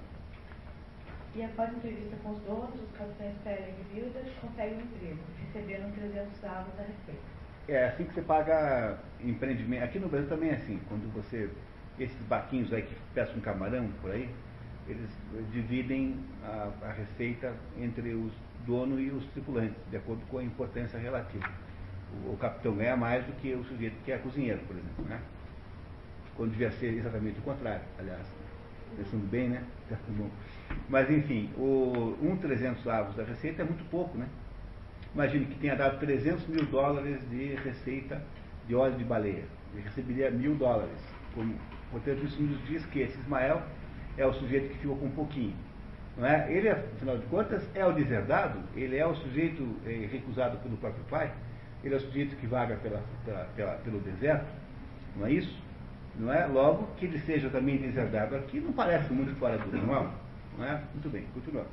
E após entrevista com os donos, os capitães Peleg e Bildas conseguem um emprego, recebendo trezentos avos da receita. É assim que você paga empreendimento. Aqui no Brasil também é assim, quando você... Esses barquinhos aí que pescam camarão por aí, eles dividem a, a receita entre os donos e os tripulantes, de acordo com a importância relativa. O, o capitão ganha mais do que o sujeito que é cozinheiro, por exemplo, né? Quando devia ser exatamente o contrário, aliás. Pensando bem, né? Mas, enfim, o, um trezentos avos da receita é muito pouco, né? Imagine que tenha dado trezentos mil dólares de receita de óleo de baleia. Ele receberia mil dólares. Como, portanto, isso nos diz que esse Ismael é o sujeito que ficou com um pouquinho. Não é? Ele, afinal de contas, é o deserdado, ele é o sujeito é, recusado pelo próprio pai, ele é o sujeito que vaga pela, pela, pela, pelo deserto, não é isso? Não é? Logo, que ele seja também deserdado aqui não parece muito fora do normal, não é? Muito bem, continuamos.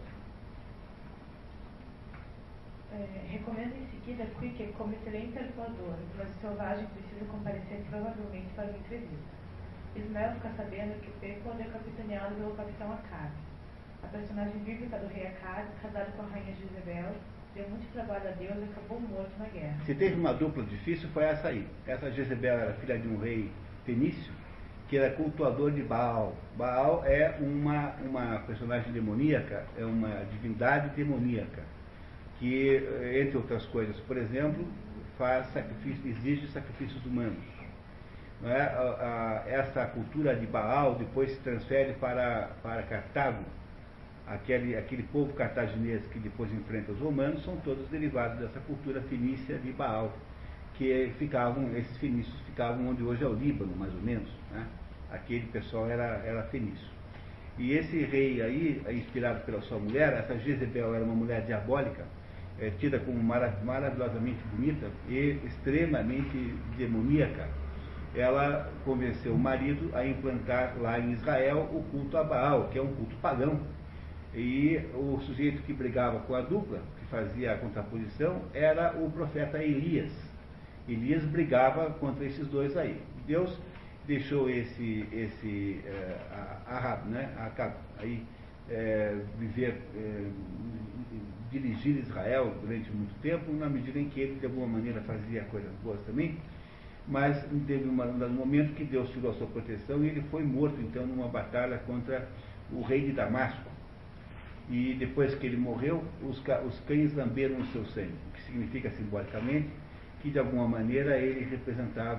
É, recomendo em seguida Quicker como excelente articulador, mas o selvagem precisa comparecer provavelmente para uma entrevista. Ismael fica sabendo que Pequod é capitaneado pelo capitão Acabe. A personagem bíblica do rei Acabe, casado com a rainha Jezebel, deu muito trabalho a Deus e acabou morto na guerra. Se teve uma dupla difícil, foi essa aí. Essa Jezebel era filha de um rei fenício, que era cultuador de Baal. Baal é uma, uma personagem demoníaca, é uma divindade demoníaca, que, entre outras coisas, por exemplo, faz sacrifício, exige sacrifícios humanos. Não é? a, a, essa cultura de Baal depois se transfere para, para Cartago. Aquele, aquele povo cartaginês que depois enfrenta os romanos são todos derivados dessa cultura fenícia de Baal, que ficavam, esses fenícios ficavam onde hoje é o Líbano, mais ou menos, né? Aquele pessoal era, era fenício. E esse rei aí, inspirado pela sua mulher, essa Jezebel era uma mulher diabólica, é, tida como marav maravilhosamente bonita e extremamente demoníaca. Ela convenceu o marido a implantar lá em Israel o culto a Baal, que é um culto pagão. E o sujeito que brigava com a dupla, que fazia a contraposição, era o profeta Elias. Elias brigava contra esses dois aí. Deus deixou esse, esse é, Ahab, né, Acab, aí, é, viver, é, dirigir Israel durante muito tempo, na medida em que ele, de alguma maneira, fazia coisas boas também. Mas teve uma, um momento que Deus tirou a sua proteção e ele foi morto, então, numa batalha contra o rei de Damasco. E depois que ele morreu, os, os cães lamberam o seu sangue, o que significa simbolicamente que, de alguma maneira, ele representava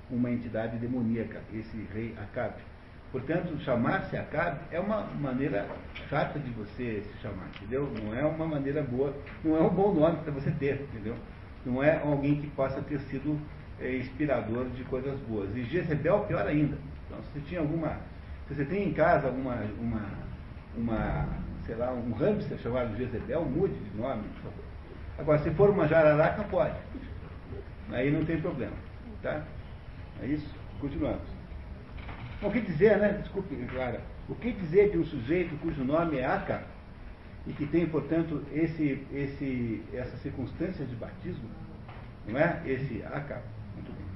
uma entidade demoníaca, esse rei Acabe. Portanto, chamar-se Acabe é uma maneira chata de você se chamar, entendeu? Não é uma maneira boa, não é um bom nome para você ter, entendeu? Não é alguém que possa ter sido é, inspirador de coisas boas. E Jezebel, pior ainda. Então, se você tinha alguma, se você tem em casa uma, uma, uma sei lá, um hamster chamado Jezebel, mude de nome, por favor. Agora, se for uma jararaca, pode. Aí não tem problema, tá? É isso? Continuamos. O que dizer, né? Desculpe, Clara. O que dizer de um sujeito cujo nome é Aca e que tem, portanto, esse, esse, essas circunstâncias de batismo, não é? Esse Aca. Muito bem.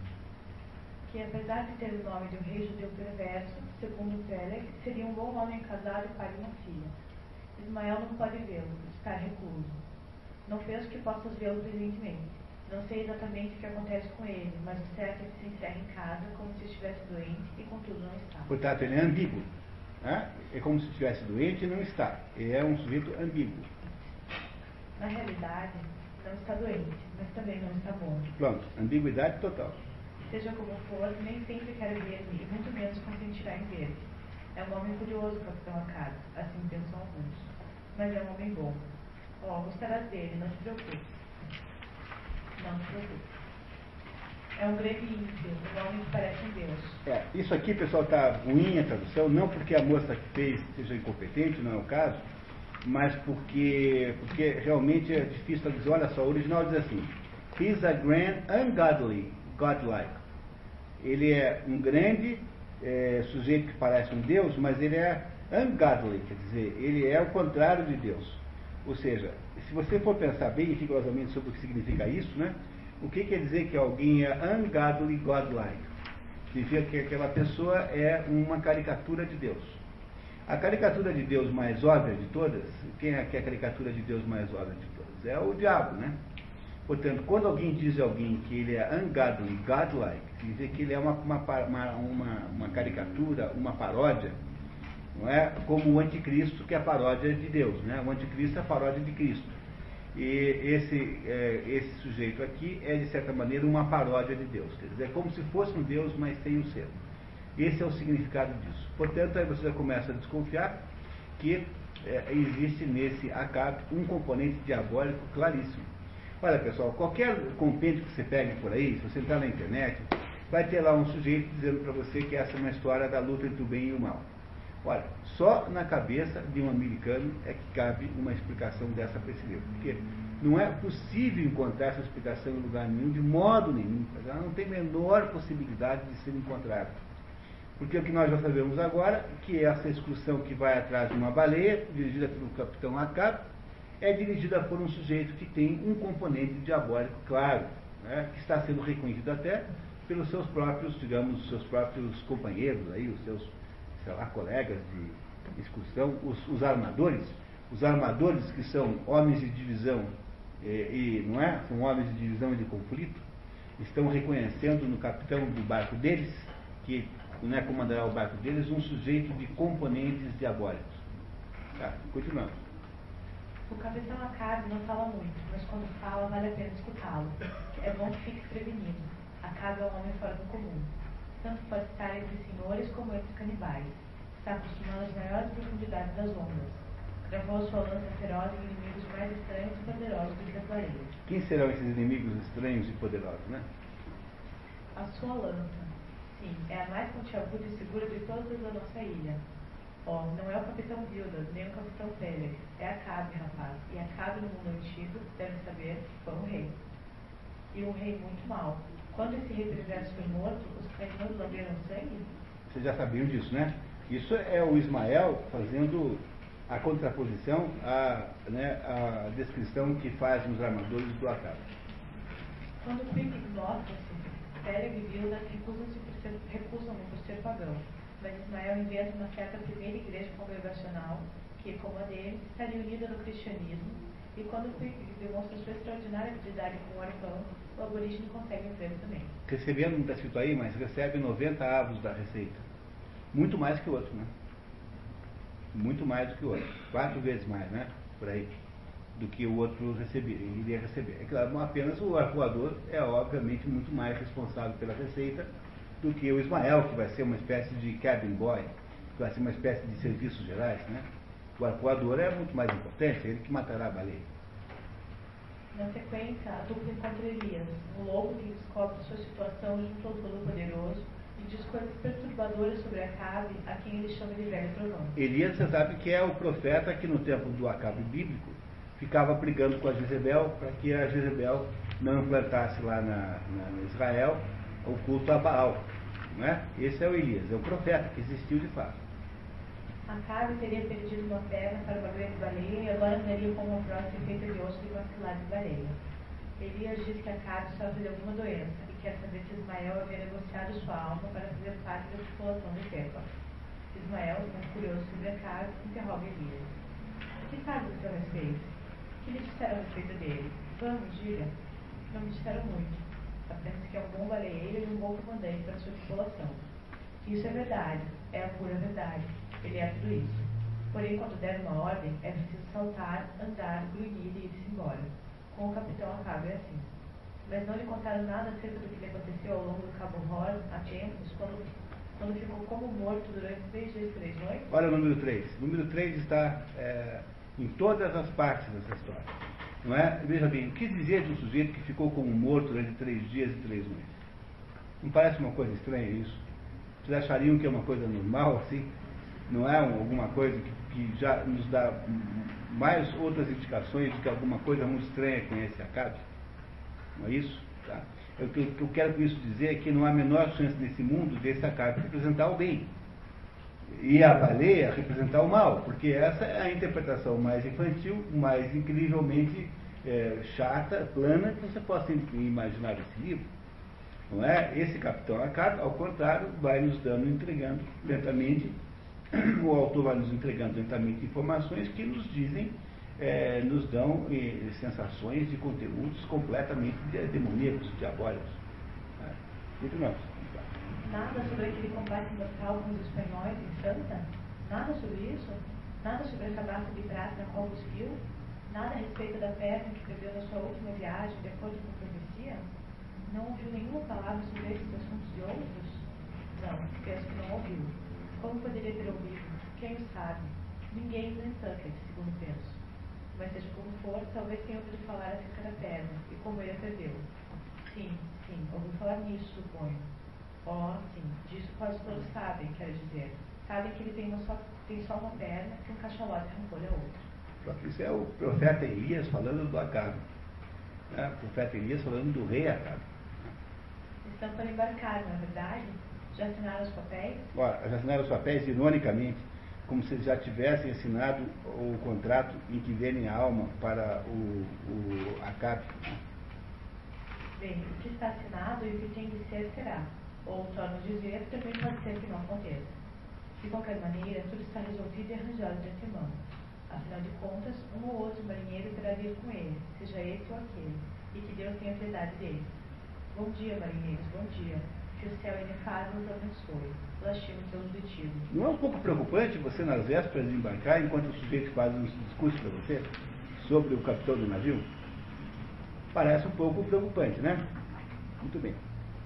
Que apesar de ter o nome de um rei judeu perverso, segundo Peleg, seria um bom homem casado e pai de uma filha. Ismael não pode vê-lo, está recluso. Não fez o que possas vê-lo presentemente. Não sei exatamente o que acontece com ele, mas o certo é que se encerra em casa como se estivesse doente e contudo não está. Portanto, ele é ambíguo. Né? É como se estivesse doente e não está. Ele é um sujeito ambíguo. Na realidade, não está doente, mas também não está bom. Pronto, ambiguidade total. Seja como for, nem sempre quer ver-me e muito menos consentirá em ver-me. É um homem curioso, capitão Acabe, assim pensam alguns. Mas é um homem bom. Ó, oh, gostarás dele, não te preocupes. Não se preocupe. É um grande ímpio, um homem que parece um Deus. É, isso aqui, pessoal, está ruim a tradução, não porque a moça que fez seja incompetente, não é o caso, mas porque, porque realmente é difícil traduzir. Olha só, o original diz assim: He's a grand, ungodly, godlike. Ele é um grande é, sujeito que parece um Deus, mas ele é ungodly, quer dizer, ele é o contrário de Deus. Ou seja, se você for pensar bem rigorosamente sobre o que significa isso, né? O que quer dizer que alguém é ungodly godlike? Significa que aquela pessoa é uma caricatura de Deus. A caricatura de Deus mais óbvia de todas, quem é que é a caricatura de Deus mais óbvia de todas? É o diabo, né? Portanto, quando alguém diz a alguém que ele é ungodly godlike, significa que ele é uma, uma, uma, uma, uma caricatura, uma paródia, não é? Como o anticristo, que é a paródia de Deus, né? O anticristo é a paródia de Cristo. E esse, é, esse sujeito aqui é, de certa maneira, uma paródia de Deus. Quer dizer, é como se fosse um Deus, mas sem o ser. Esse é o significado disso. Portanto, aí você já começa a desconfiar que é, existe nesse Acabe um componente diabólico claríssimo. Olha, pessoal, qualquer compêndio que você pegue por aí, se você entrar na internet, vai ter lá um sujeito dizendo para você que essa é uma história da luta entre o bem e o mal. Olha, só na cabeça de um americano é que cabe uma explicação dessa para esse livro. Porque não é possível encontrar essa explicação em lugar nenhum, de modo nenhum. Ela não tem menor possibilidade de ser encontrada. Porque o que nós já sabemos agora, que essa excursão que vai atrás de uma baleia, dirigida pelo capitão Acabe, é dirigida por um sujeito que tem um componente diabólico claro, né, que está sendo reconhecido até pelos seus próprios, digamos, seus próprios companheiros, aí, os seus, sei lá, colegas de excursão, os, os armadores, os armadores que são homens de divisão e, e não é? São homens de divisão e de conflito, estão reconhecendo no capitão do barco deles, que não é comandará o barco deles, um sujeito de componentes diabólicos. Tá, continuamos. O capitão Acabe não fala muito, mas quando fala vale a pena escutá-lo. É bom que fique prevenido. Acabe é um homem fora do comum. Tanto pode estar entre senhores como entre canibais. Está acostumado às maiores profundidades das ondas. Gravou sua lança feroz em inimigos mais estranhos e poderosos do que as baleias. Quem serão esses inimigos estranhos e poderosos, né? A sua lança, sim, é a mais pontiaguda e segura de todas as da nossa ilha. Oh, não é o capitão Vildas, nem o capitão Peleg, é Acabe, rapaz. E Acabe no mundo antigo, deve saber, foi um rei. E um rei muito mau. Quando esse rei perverso foi morto, os criminosos lamberam sangue? Vocês já sabiam disso, né? Isso é o Ismael fazendo a contraposição à, né, à descrição que fazem os armadores do Acabe. Quando Quick mostra-se, Peleg e Vildas recusam-se por ser, recusam por ser pagão. Mas Ismael inventa uma certa primeira igreja congregacional, que, como a dele, estaria unida no cristianismo, e quando Quick demonstra sua extraordinária habilidade com o arpão, o aborígene consegue emprego também. Recebendo, não está escrito aí, mas recebe noventa avos da receita. Muito mais que o outro, né? Muito mais do que o outro. Quatro vezes mais, né? Por aí. do que o outro receber, iria receber. É claro, apenas o arpoador é obviamente muito mais responsável pela receita do que o Ismael, que vai ser uma espécie de cabin boy, que vai ser uma espécie de serviços gerais, né? O arpoador é muito mais importante, é ele que matará a baleia. Na sequência, a dupla encontra Elias, um lobo que descobre sua situação junto ao Todo-Poderoso e diz coisas perturbadoras sobre Acabe, a quem ele chama de velho trovão. Elias, você sabe que é o profeta que no tempo do Acabe bíblico ficava brigando com a Jezebel para que a Jezebel não implantasse lá na, na, na Israel o culto a Baal. Não é? Esse é o Elias, é o profeta que existiu de fato. Acabe teria perdido uma perna para uma grande baleia e agora andaria com uma prótese feita de osso de maxilar de baleia. Elias diz que Acabe sofre de alguma doença e quer saber se Ismael havia negociado sua alma para fazer parte da tripulação de Tepa. Ismael, mais curioso sobre Acabe, interroga Elias. O que sabe do seu respeito? O que lhe disseram a respeito dele? Vamos, diga. Não me disseram muito. Apenas que é um bom baleeiro e um bom comandante para sua tripulação. Isso é verdade, é a pura verdade. Ele é tudo isso. Porém, quando der uma ordem, é preciso saltar, andar, grunhir e ir-se embora. Com o capitão Acabe é assim. Mas não lhe contaram nada acerca do que lhe aconteceu ao longo do Cabo Horn há tempos, quando, quando ficou como morto durante três dias e três noites? Olha o número três. O número três está é, em todas as partes dessa história. Não é? Veja bem, o que dizer de um sujeito que ficou como morto durante três dias e três noites? Não parece uma coisa estranha isso? Vocês achariam que é uma coisa normal assim? Não é alguma coisa que, que já nos dá mais outras indicações de que alguma coisa muito estranha conhece Acabe? Não é isso? Tá? O que eu quero com isso dizer é que não há a menor chance nesse mundo desse Acabe representar o bem. E a baleia representar o mal, porque essa é a interpretação mais infantil, mais incrivelmente é, chata, plana, que você possa imaginar desse livro. Não é? Esse capitão Acabe, ao contrário, vai nos dando, entregando lentamente, o autor vai nos entregando lentamente informações que nos dizem, é, nos dão é, sensações de conteúdos completamente demoníacos, diabólicos. Né? Entre nós. Nada sobre aquele combate mortal com os espanhóis em Santa? Nada sobre isso? Nada sobre essa massa de prata na qual cuspiu? Nada a respeito da perna que perdeu na sua última viagem, de acordo com a profecia? Não ouviu nenhuma palavra sobre esses assuntos de outros? Não, penso que não ouviu. Como poderia ter ouvido? Quem o sabe? Ninguém em Nantucket, segundo penso. Mas seja como for, talvez tenha ouvido falar acerca da perna e como ele a perdeu. Sim, sim, ouviu falar nisso, suponho. Oh, sim, disso quase todos sabem, quero dizer. Sabem que ele tem, uma só, tem só uma perna e um cachalote arrancou-lhe a outra. Isso é o profeta Elias falando do Acabe. É, o profeta Elias falando do rei Acabe. Estão para embarcar, não é verdade? Já assinaram os papéis? Ora, já assinaram os papéis, ironicamente, como se já tivessem assinado o contrato em que vendem a alma para o, o Acabe. Bem, o que está assinado e o que tem de ser será. Ou, torno a dizer, também pode ser que não aconteça. De qualquer maneira, tudo está resolvido e arranjado de antemão. Afinal de contas, um ou outro marinheiro terá de ir com ele, seja esse ou aquele, e que Deus tenha piedade deles. Bom dia, marinheiros, bom dia. Que o céu inefável os abençoe. Lastimo seus detidos. Não é um pouco preocupante você, nas vésperas de embarcar, enquanto o sujeito faz um discurso para você sobre o capitão do navio? Parece um pouco preocupante, né? Muito bem.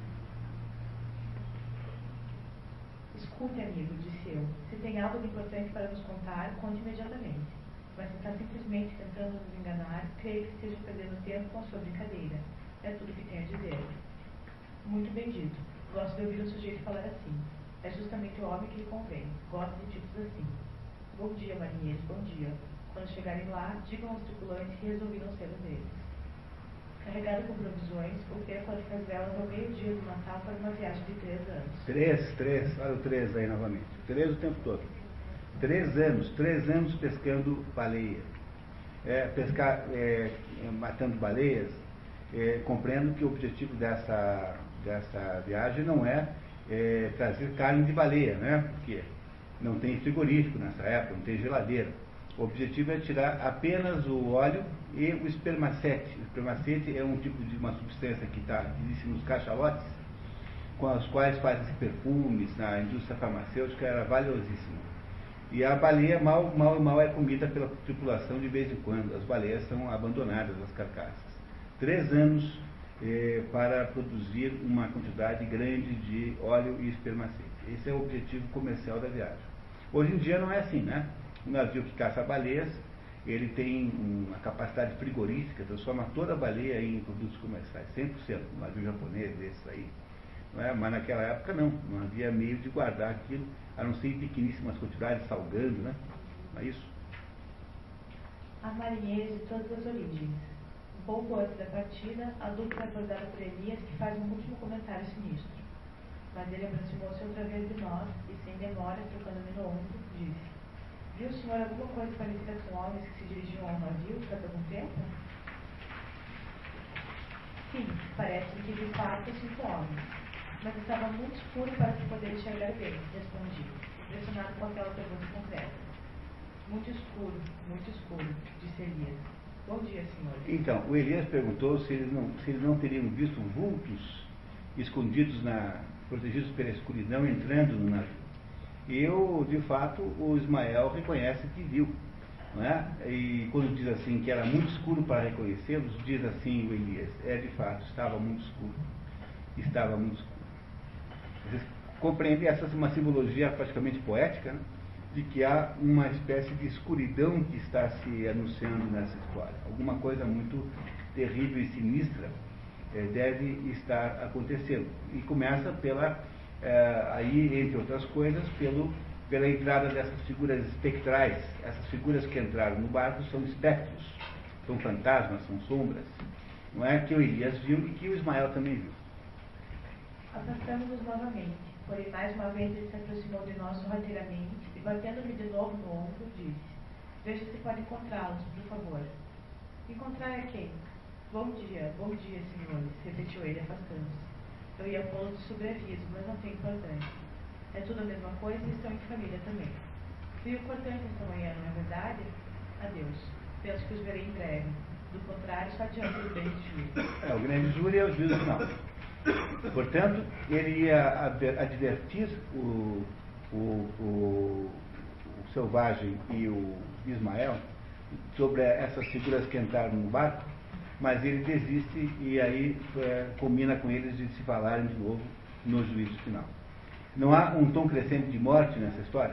Escute, amigo, disse eu. Se tem algo de importante para nos contar, conte imediatamente. Mas se está simplesmente tentando nos enganar, creio que esteja perdendo tempo com a sua brincadeira. É tudo o que tenho a dizer. Muito bem dito. Gosto de ouvir o sujeito falar assim. É justamente o homem que lhe convém. Gosto de tipos assim. Bom dia, marinheiros, bom dia. Quando chegarem lá, digam aos tripulantes que resolvi não ser um deles. Carregado com provisões, o Pepa foi as velas ao meio-dia do Natal para uma viagem de três anos. Três, três, olha o três aí novamente. Três o tempo todo. Três anos, três anos pescando baleia. É, pescar, é, matando baleias. É, compreendo que o objetivo dessa, dessa viagem não é, é trazer carne de baleia, né? Porque não tem frigorífico nessa época, não tem geladeira. O objetivo é tirar apenas o óleo e o espermacete. O espermacete é um tipo de uma substância que, tá, que existe nos cachalotes, com as quais fazem perfumes na indústria farmacêutica, era valiosíssimo. E a baleia mal, mal, mal é comida pela tripulação de vez em quando. As baleias são abandonadas, as carcaças. Três anos eh, para produzir uma quantidade grande de óleo e espermacete. Esse é o objetivo comercial da viagem. Hoje em dia não é assim, né? O navio que caça baleias, ele tem uma capacidade frigorífica, transforma toda a baleia em produtos comerciais, cem por cento. Um navio japonês desses aí. Não é? Mas naquela época não, não havia meio de guardar aquilo, a não ser em pequeníssimas quantidades, salgando, né? Não é isso? Há marinheiros de todas as origens. Um pouco antes da partida, a dupla é abordada por Elias, que faz um último comentário sinistro. Mas ele aproximou-se outra vez de nós e, sem demora, trocando-me no ombro, disse: viu o senhor alguma coisa parecida com homens que se dirigiam ao navio faz algum tempo? Sim, parece que de fato cinco homens. Mas estava muito escuro para se poder enxergar bem, respondi, impressionado com aquela pergunta concreta. Muito escuro, muito escuro, disse Elias. Bom dia, senhores. Então, o Elias perguntou se eles não, se eles não teriam visto vultos escondidos, na, protegidos pela escuridão, entrando no navio. E eu, de fato, o Ismael reconhece que viu. Não é? E quando diz assim que era muito escuro para reconhecê-los, diz assim o Elias, é de fato, estava muito escuro. Estava muito escuro. Vocês compreendem essa uma simbologia praticamente poética, né? De que há uma espécie de escuridão que está se anunciando nessa história. Alguma coisa muito terrível e sinistra eh, deve estar acontecendo. E começa pela, eh, aí, entre outras coisas, pelo, pela entrada dessas figuras espectrais. Essas figuras que entraram no barco são espectros, são fantasmas, são sombras. Não é que o Elias viu e que o Ismael também viu. Afastamos-nos novamente, porém mais uma vez ele se aproximou de nós sorrateiramente e, batendo-me de novo no ombro, disse: veja se pode encontrá-los, por favor. Encontrar a quem? Bom dia, bom dia, senhores, repetiu ele, afastando-se. Eu ia pô-lo de sobreaviso, mas não tem importância. É tudo a mesma coisa e estão em família também. Frio cortante esta manhã, não é verdade? Adeus. Penso que os verei em breve. Do contrário, só adiante do grande júri. É, o grande júri é o juízo final. Portanto, ele ia advertir o, o, o, o Selvagem e o Ismael sobre essas figuras que entraram no barco, mas ele desiste e aí é, combina com eles de se falarem de novo no juízo final. Não há um tom crescente de morte nessa história?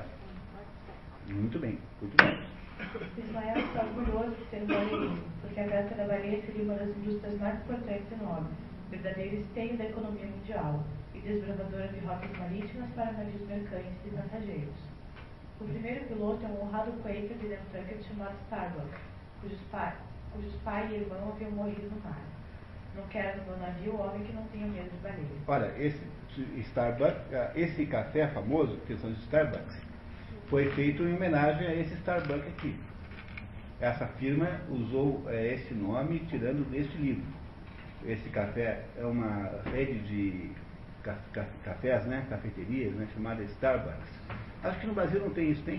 Muito bem, muito bem. Ismael está orgulhoso de ser um baleirinho, porque a caça da baleia seria uma das indústrias mais importantes e nobres, verdadeiro esteio da economia mundial e desbravadora de rotas marítimas para navios mercantes e passageiros. O primeiro piloto é um honrado Quaker de Nantucket chamado Starbuck, cujos, pai, cujos pai e irmão haviam morrido no mar. Não quero no meu navio homem que não tenha medo de baleia. Olha, esse Starbucks, esse café famoso, que são os Starbucks, foi feito em homenagem a esse Starbucks aqui. Essa firma usou é, esse nome tirando deste livro. Esse café é uma rede de ca ca cafés, né, cafeterias, né, chamada Starbucks. Acho que no Brasil não tem isso, tem?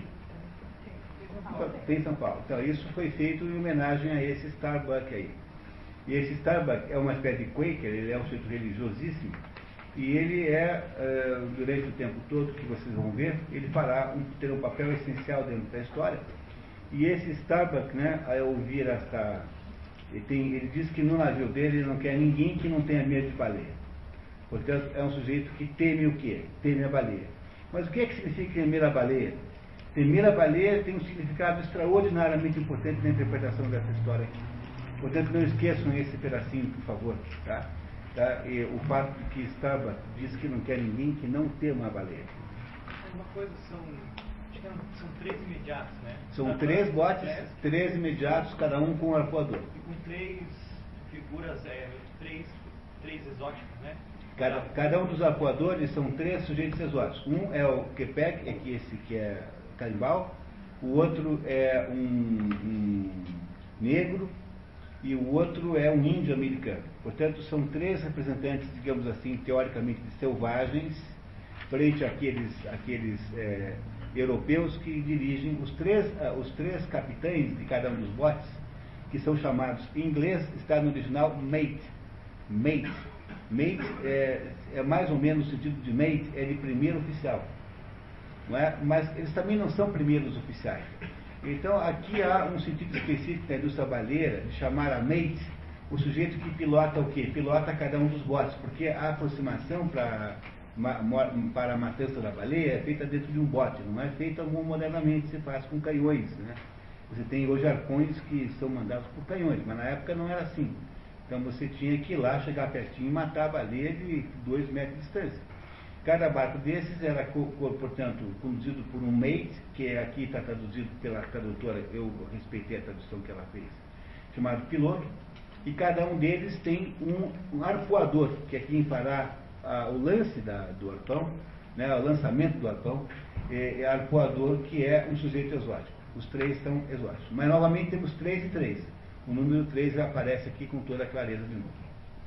Tem em São Paulo. Então, isso foi feito em homenagem a esse Starbucks aí. E esse Starbucks é uma espécie de Quaker, ele é um sujeito religiosíssimo, e ele é, uh, durante o tempo todo que vocês vão ver, ele fará um, ter um papel essencial dentro da história. E esse Starbucks, né, ao ouvir essa... Ele, tem, ele diz que no navio dele ele não quer ninguém que não tenha medo de baleia. Portanto, é um sujeito que teme o quê? Teme a baleia. Mas o que é que significa temer a baleia? Temer a baleia tem um significado extraordinariamente importante na interpretação dessa história aqui. Portanto, não esqueçam esse pedacinho, por favor. Tá? Tá? E o fato de que Starbucks diz que não quer ninguém que não tema a baleia. Uma coisa são, são três imediatos, né? São Cada três botes, três, três imediatos, cada um com um arpoador. E com três figuras, é, três, três exóticos, né? Cada, cada um dos arpoadores são três sujeitos exóticos. Um é o Quebec, é que esse que é carimbau, o outro é um, um negro e o outro é um índio americano. Portanto, são três representantes, digamos assim, teoricamente selvagens, frente àqueles, àqueles é, europeus que dirigem os três, os três capitães de cada um dos botes, que são chamados, em inglês está no original, mate. Mate. Mate é, é mais ou menos o sentido de mate, é de primeiro oficial. não é? Mas eles também não são primeiros oficiais. Então, aqui há um sentido específico da indústria baleeira de chamar a mate o sujeito que pilota o quê? Pilota cada um dos botes, porque a aproximação para, para a matança da baleia é feita dentro de um bote, não é feita como modernamente se faz com canhões, né? Você tem hoje arpões que são mandados por canhões, mas na época não era assim. Então você tinha que ir lá, chegar pertinho e matar a baleia de dois metros de distância. Cada barco desses era, portanto, conduzido por um mate, que aqui está traduzido pela tradutora, eu respeitei a tradução que ela fez, chamado piloto, e cada um deles tem um, um arpoador, que é quem fará ah, o lance da, do arpão, né, o lançamento do arpão, é, é arpoador, que é um sujeito exótico. Os três são exóticos. Mas, novamente, temos três e três. O número três aparece aqui com toda a clareza de novo.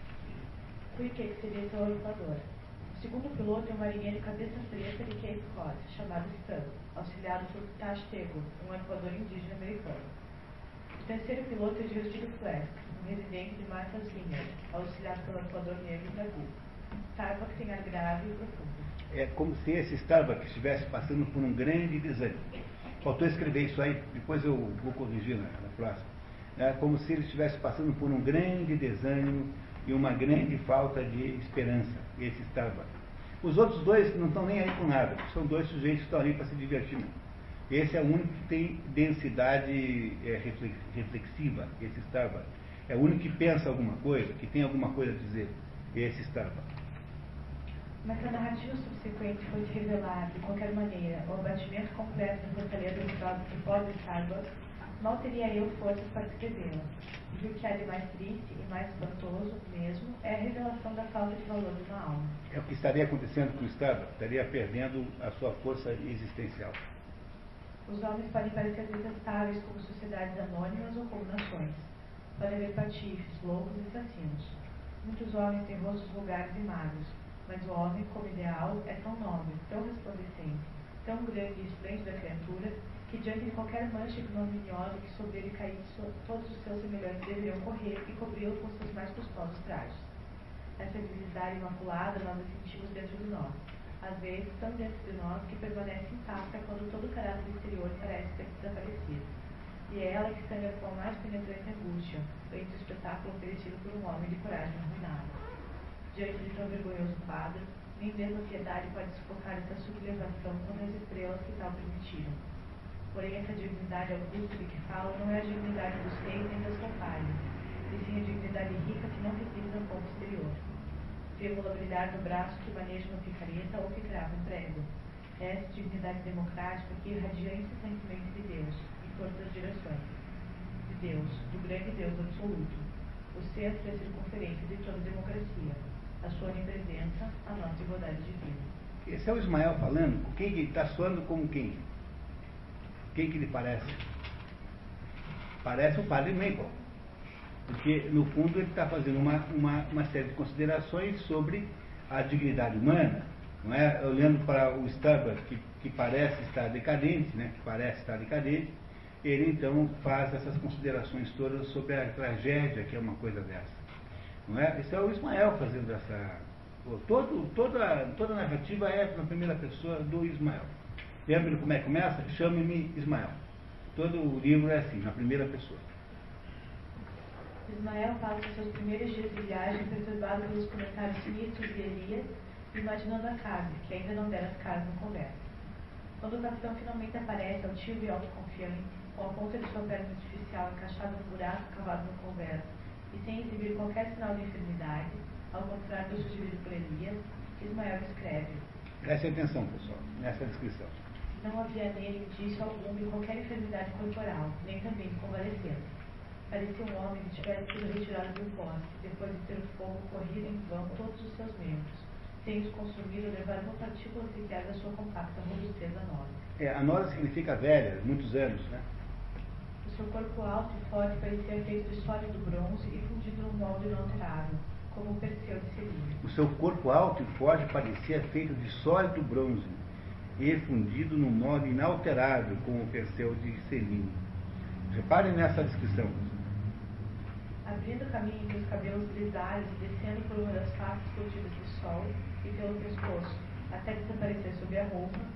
O que seria seu arpoador? O segundo piloto é um marinheiro cabeça preta de Cape Cod, chamado Stan, auxiliado por Tash Tego, um arpoador indígena americano. O terceiro piloto é Justin Flask, um residente de Martha's Vineyard, auxiliado pelo arpoador negro Dagu. Starbuck tem ar grave e profundo. É como se esse Starbuck estivesse passando por um grande desânimo. Faltou escrever isso aí, depois eu vou corrigir na, na próxima. É como se ele estivesse passando por um grande desânimo e uma grande falta de esperança, esse Starbuck. Os outros dois não estão nem aí com nada, são dois sujeitos que estão ali para se divertir. Esse é o único que tem densidade é, reflexiva, esse Starbuck. É o único que pensa alguma coisa, que tem alguma coisa a dizer, esse Starbuck. Mas se a narrativa subsequente fosse revelar, de qualquer maneira, o abatimento completo da fortaleza do pobre Starbuck, mal teria eu forças para escrevê-la. E o que há de mais triste e mais espantoso mesmo é a revelação da falta de valor de uma alma. É o que estaria acontecendo com o Starbuck, estaria perdendo a sua força existencial. Os homens podem parecer detestáveis como sociedades anônimas ou como nações. Pode haver patifes, loucos e assassinos. Muitos homens têm rostos vulgares e magros, mas o homem, como ideal, é tão nobre, tão resplandecente, tão grande e esplêndida criatura, que diante de qualquer mancha ignominiosa que sobre ele caísse, todos os seus semelhantes deveriam correr e cobri-lo com seus mais custosos trajes. Essa divindade imaculada nós a sentimos dentro de nós, às vezes tão dentro de nós que permanece intacta quando todo o caráter exterior parece ter desaparecido. E é ela que sangra com a mais penetrante angústia, frente ao espetáculo oferecido por um homem de coragem arruinada. Diante de tão vergonhoso quadro, nem mesmo a piedade pode sufocar essa sublevação quando as estrelas que tal permitiram. Porém, essa dignidade augusta de que falo não é a dignidade dos reis nem das companhias, e sim a dignidade rica que não reside no ponto exterior. Vemos a brilhar no braço que maneja uma picareta ou que crava um prego. É essa dignidade democrática que irradia incessantemente de Deus, em todas as direções. De Deus, do grande Deus absoluto, o centro e a circunferência de toda a democracia, a sua onipresença, a nossa igualdade divina. Esse é o Ismael falando, quem que está soando como quem? Quem que lhe parece? Parece o padre Maple, porque no fundo ele está fazendo uma, uma, uma série de considerações sobre a dignidade humana, não é? Olhando para o Starbuck, que, que parece estar decadente, né? que parece estar decadente, ele então faz essas considerações todas sobre a tragédia que é uma coisa dessa. Não é? Esse é o Ismael fazendo essa... Todo, toda, toda a narrativa é na primeira pessoa do Ismael. Lembra como é que começa? Chame-me Ismael. Todo o livro é assim, na primeira pessoa. Ismael passa seus primeiros dias de viagem perturbado pelos comentários sinistros de Elias, imaginando a Cabe, que ainda não dera as caras no conversa. Quando o capitão finalmente aparece altivo e autoconfiante, com a ponta de sua perna artificial encaixada no buraco cavado no conversa, e sem exibir qualquer sinal de enfermidade, ao contrário do sugerido por Elias, Ismael escreve. Prestem atenção, pessoal, nessa descrição. Não havia nele indício algum de qualquer enfermidade corporal, nem também de convalescença. Parecia um homem que tivesse sido retirado do poste, depois de ter o fogo corrido em vão todos os seus membros, sem os consumir ou levar uma partícula sequer da sua compacta robustez anose. É, anose significa velha, muitos anos, né? O seu corpo alto e forte parecia feito de sólido bronze e fundido num molde inalterável, como o Perseu de Celino. O seu corpo alto e forte parecia feito de sólido bronze e fundido num molde inalterável, como o Perseu de Celino. Reparem nessa descrição. Abrindo caminho entre os cabelos grisalhos e descendo por uma das faces curtidas do sol e pelo pescoço, até desaparecer sob a roupa,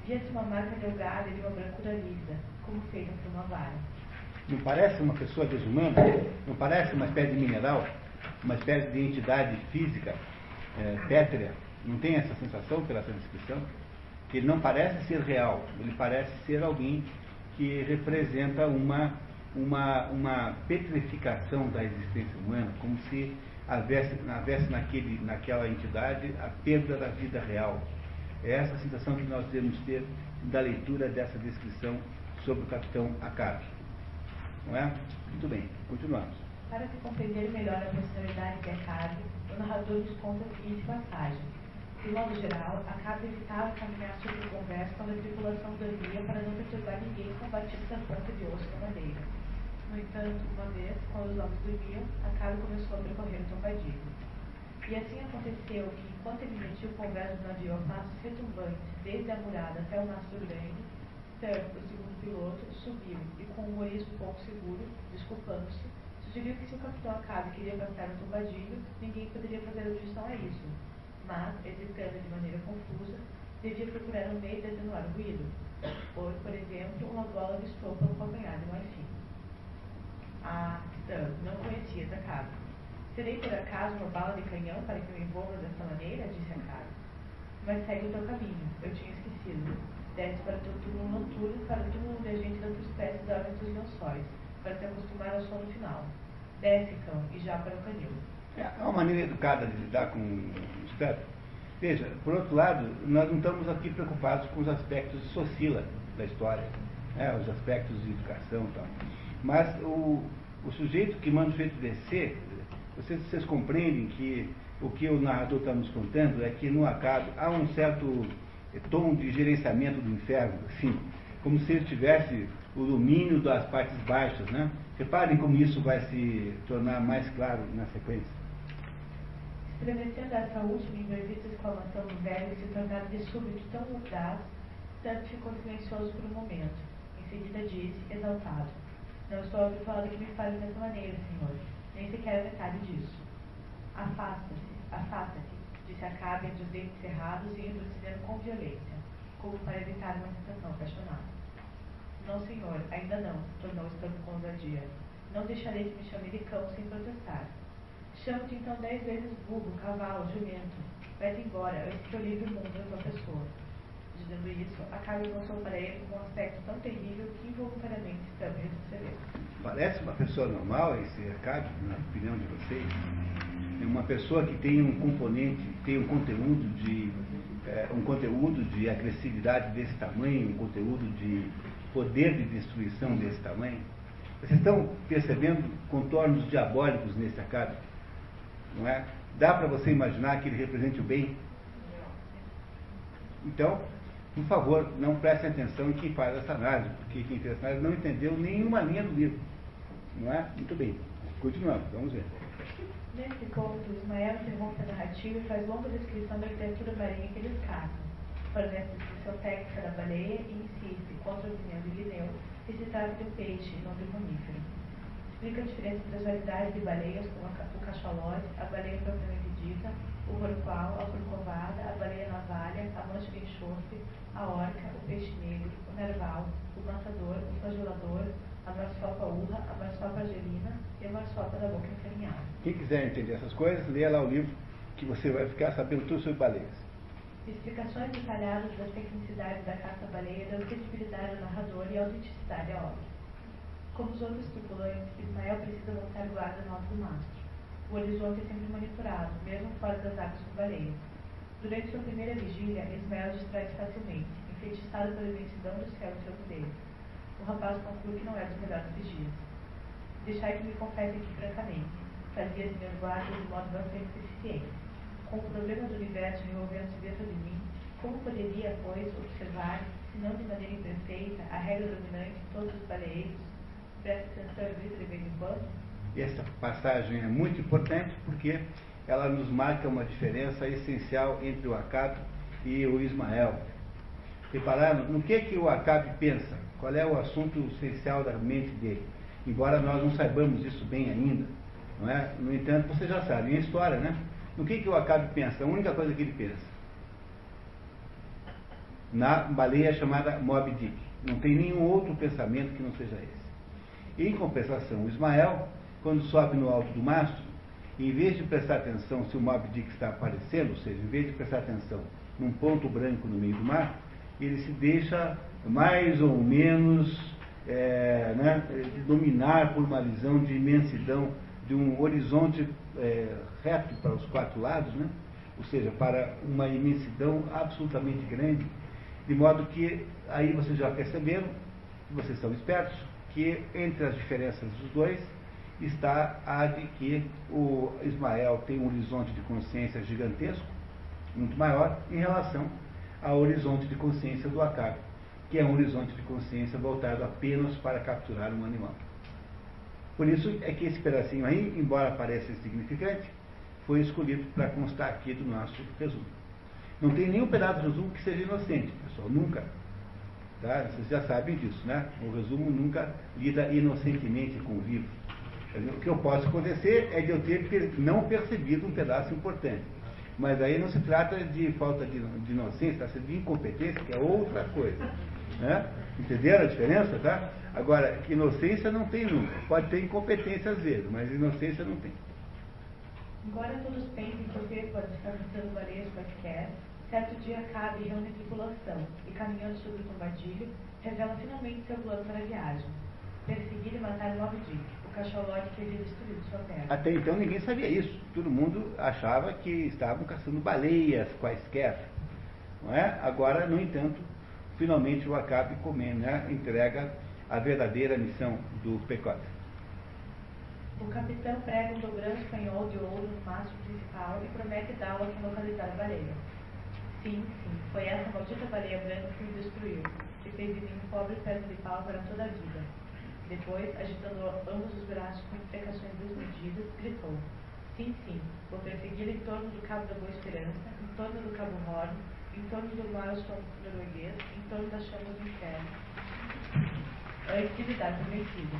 Via-se uma marca delgada de uma brancura lívida, como feita por uma vara. Não parece uma pessoa desumana? Não parece uma espécie de mineral? Uma espécie de entidade física, é, pétrea? Não tem essa sensação pela sua descrição? Que ele não parece ser real, ele parece ser alguém que representa uma, uma, uma petrificação da existência humana, como se houvesse, houvesse naquele, naquela entidade a perda da vida real. É essa a sensação que nós devemos ter da leitura dessa descrição sobre o capitão Acabe. Não é? Muito bem, continuamos. Para se compreender melhor a personalidade de Acabe, o narrador nos conta a seguinte passagem. De modo geral, Acabe evitava caminhar sobre o converso quando a tripulação dormia para não perturbar ninguém com a batida da ponta de osso na madeira. No entanto, uma vez, quando os homens dormiam, Acabe começou a percorrer o tombadilho. E assim aconteceu que, enquanto ele metia o converso do navio a passos retumbantes, desde a murada até o mastro grande, Sir, o segundo piloto, subiu e, com um humorismo pouco seguro, desculpando-se, sugeriu que se o capitão Acabe queria gastar no tombadilho, ninguém poderia fazer objeção a isso. Mas, hesitando de maneira confusa, devia procurar um meio de atenuar o ruído. Por, por exemplo, uma bola de estopa no calcanhar de Marfim. Ah, Sir, não conhecia Acabe. Serei por acaso uma bala de canhão para que me envolva desta maneira? Disse Acabe. Mas segue o teu caminho. Eu tinha esquecido. Desce para o teu túmulo noturno, para o túmulo onde a gente da tua espécie dorme dos lençóis, para te acostumar ao sono final. Desce, cão, e já para o canil. É uma maneira educada de lidar com o espécie. Veja, por outro lado, nós não estamos aqui preocupados com os aspectos de Socila da história, né, os aspectos de educação e tal. Mas o, o sujeito que manda o sujeito descer, vocês, vocês compreendem que o que o narrador está nos contando é que no Acabe há um certo tom de gerenciamento do inferno, assim, como se ele tivesse o domínio das partes baixas, né? Reparem como isso vai se tornar mais claro na sequência. Estremecendo essa última imprevista exclamação do velho e se tornara de súbito tão audaz, Santos ficou silencioso por um momento. Em seguida disse, exaltado: não estou habituado a que me fale dessa maneira, senhor. Nem sequer a metade disso. Afasta-se, afasta-se, disse Acabe entre os dentes cerrados e endurecendo com violência, como para evitar uma sensação apaixonada. Não, senhor, ainda não, tornou estando com ousadia. Não deixarei que me chame de cão sem protestar. Chamo-te então dez vezes burro, cavalo, jumento. Vai-te embora, antes que eu livre o mundo da tua pessoa. Dizendo isso, Acabe avançou para ele com um aspecto tão terrível que involuntariamente Stamp retrocedeu. Parece uma pessoa normal esse Acabe, na opinião de vocês? É uma pessoa que tem um componente, tem um conteúdo de é, um conteúdo de agressividade desse tamanho, um conteúdo de poder de destruição desse tamanho. Vocês estão percebendo contornos diabólicos nesse Acabe? Não é? Dá para você imaginar que ele represente o bem? Então, por favor, não prestem atenção em quem faz essa análise, porque quem fez essa análise não entendeu nenhuma linha do livro. Não é? Muito bem. Continuamos, vamos ver. Nesse ponto, Ismael interrompe a narrativa e faz longa descrição da arquitetura marinha que eles caçam. Fornece a descrição técnica da baleia e insiste, contra a opinião de Linneu, que se trata de um peixe e não de um mamífero. Explica a diferença entre as variedades de baleias, como o cachalote, a baleia propriamente dita, o rorqual, a corcovada, a baleia navalha, a mancha de enxofre, a orca, o peixe negro, o narval, o matador, o flagelador, a marsopa urra, a marsopa argelina e a marsopa da boca encaminhada. Quem quiser entender essas coisas, leia lá o livro que você vai ficar sabendo tudo sobre baleias. Explicações detalhadas das tecnicidades da caça-baleia dão credibilidade ao narrador e autenticidade à obra. Como os outros tripulantes, Ismael precisa montar guarda no alto do mastro. O horizonte é sempre monitorado, mesmo fora das águas com baleias. Durante sua primeira vigília, Ismael distrai-se facilmente, enfeitiçado pela imensidão do céu em torno dele. O rapaz conclui que não é dos melhores vigias. Deixai que me confesse aqui francamente. Fazia as minhas guardas de modo bastante deficiente. Com o problema do universo revolvendo-se dentro de mim, como poderia, pois, observar, se não de maneira imperfeita, a regra dominante em todos os baleeiros? Presta atenção e grita de vez em quando? Essa passagem é muito importante porque ela nos marca uma diferença essencial entre o Acabe e o Ismael. Repararam no que, que o Acabe pensa? Qual é o assunto essencial da mente dele? Embora nós não saibamos isso bem ainda, não é? No entanto, você já sabe, em história, né? No que, que o Acabe pensa? A única coisa que ele pensa. na baleia chamada Moby Dick. Não tem nenhum outro pensamento que não seja esse. Em compensação, o Ismael, quando sobe no alto do mastro, em vez de prestar atenção se o Moby Dick está aparecendo, ou seja, em vez de prestar atenção num ponto branco no meio do mar, ele se deixa mais ou menos é, né, dominar por uma visão de imensidão, de um horizonte é, reto para os quatro lados, né? Ou seja, para uma imensidão absolutamente grande, de modo que aí vocês já perceberam, vocês são espertos, que entre as diferenças dos dois está a de que o Ismael tem um horizonte de consciência gigantesco, muito maior, em relação ao horizonte de consciência do Acabe, que é um horizonte de consciência voltado apenas para capturar um animal. Por isso é que esse pedacinho aí, embora pareça insignificante, foi escolhido para constar aqui do nosso resumo. Não tem nenhum pedaço do resumo que seja inocente, pessoal, nunca. Tá? Vocês já sabem disso, né? O resumo nunca lida inocentemente com o livro. O que eu posso acontecer é de eu ter não percebido um pedaço importante. Mas aí não se trata de falta de, de inocência, trata de incompetência, que é outra coisa. Né? Entenderam a diferença? Tá? Agora, inocência não tem nunca. Pode ter incompetência às vezes, mas inocência não tem. Embora todos pensem que o Pedro pode estar caçando baleias quaisquer, certo dia Acabe reúne a tripulação e, caminhando sobre o bombardilho, revela finalmente seu plano para a viagem: perseguir e matar o Moby Dick, o cachalote que havia destruído sua terra. Até então ninguém sabia isso. Todo mundo achava que estavam caçando baleias quaisquer. Não é? Agora, no entanto, finalmente o Acabe comendo, né, entrega a verdadeira missão do Pequod. O capitão prega um dobrão espanhol de ouro no mastro principal e promete dar-o a quem localizar a baleia. Sim, sim, foi essa maldita baleia branca que me destruiu, que fez de mim um pobre perna de pau para toda a vida. Depois, agitando ambos os braços com imprecações desmedidas, gritou: sim, sim, vou perseguir em torno do Cabo da Boa Esperança, em torno do Cabo Horn, em torno do Maelstrom norueguês, em torno das chamas do inferno, antes de me dar por vencido.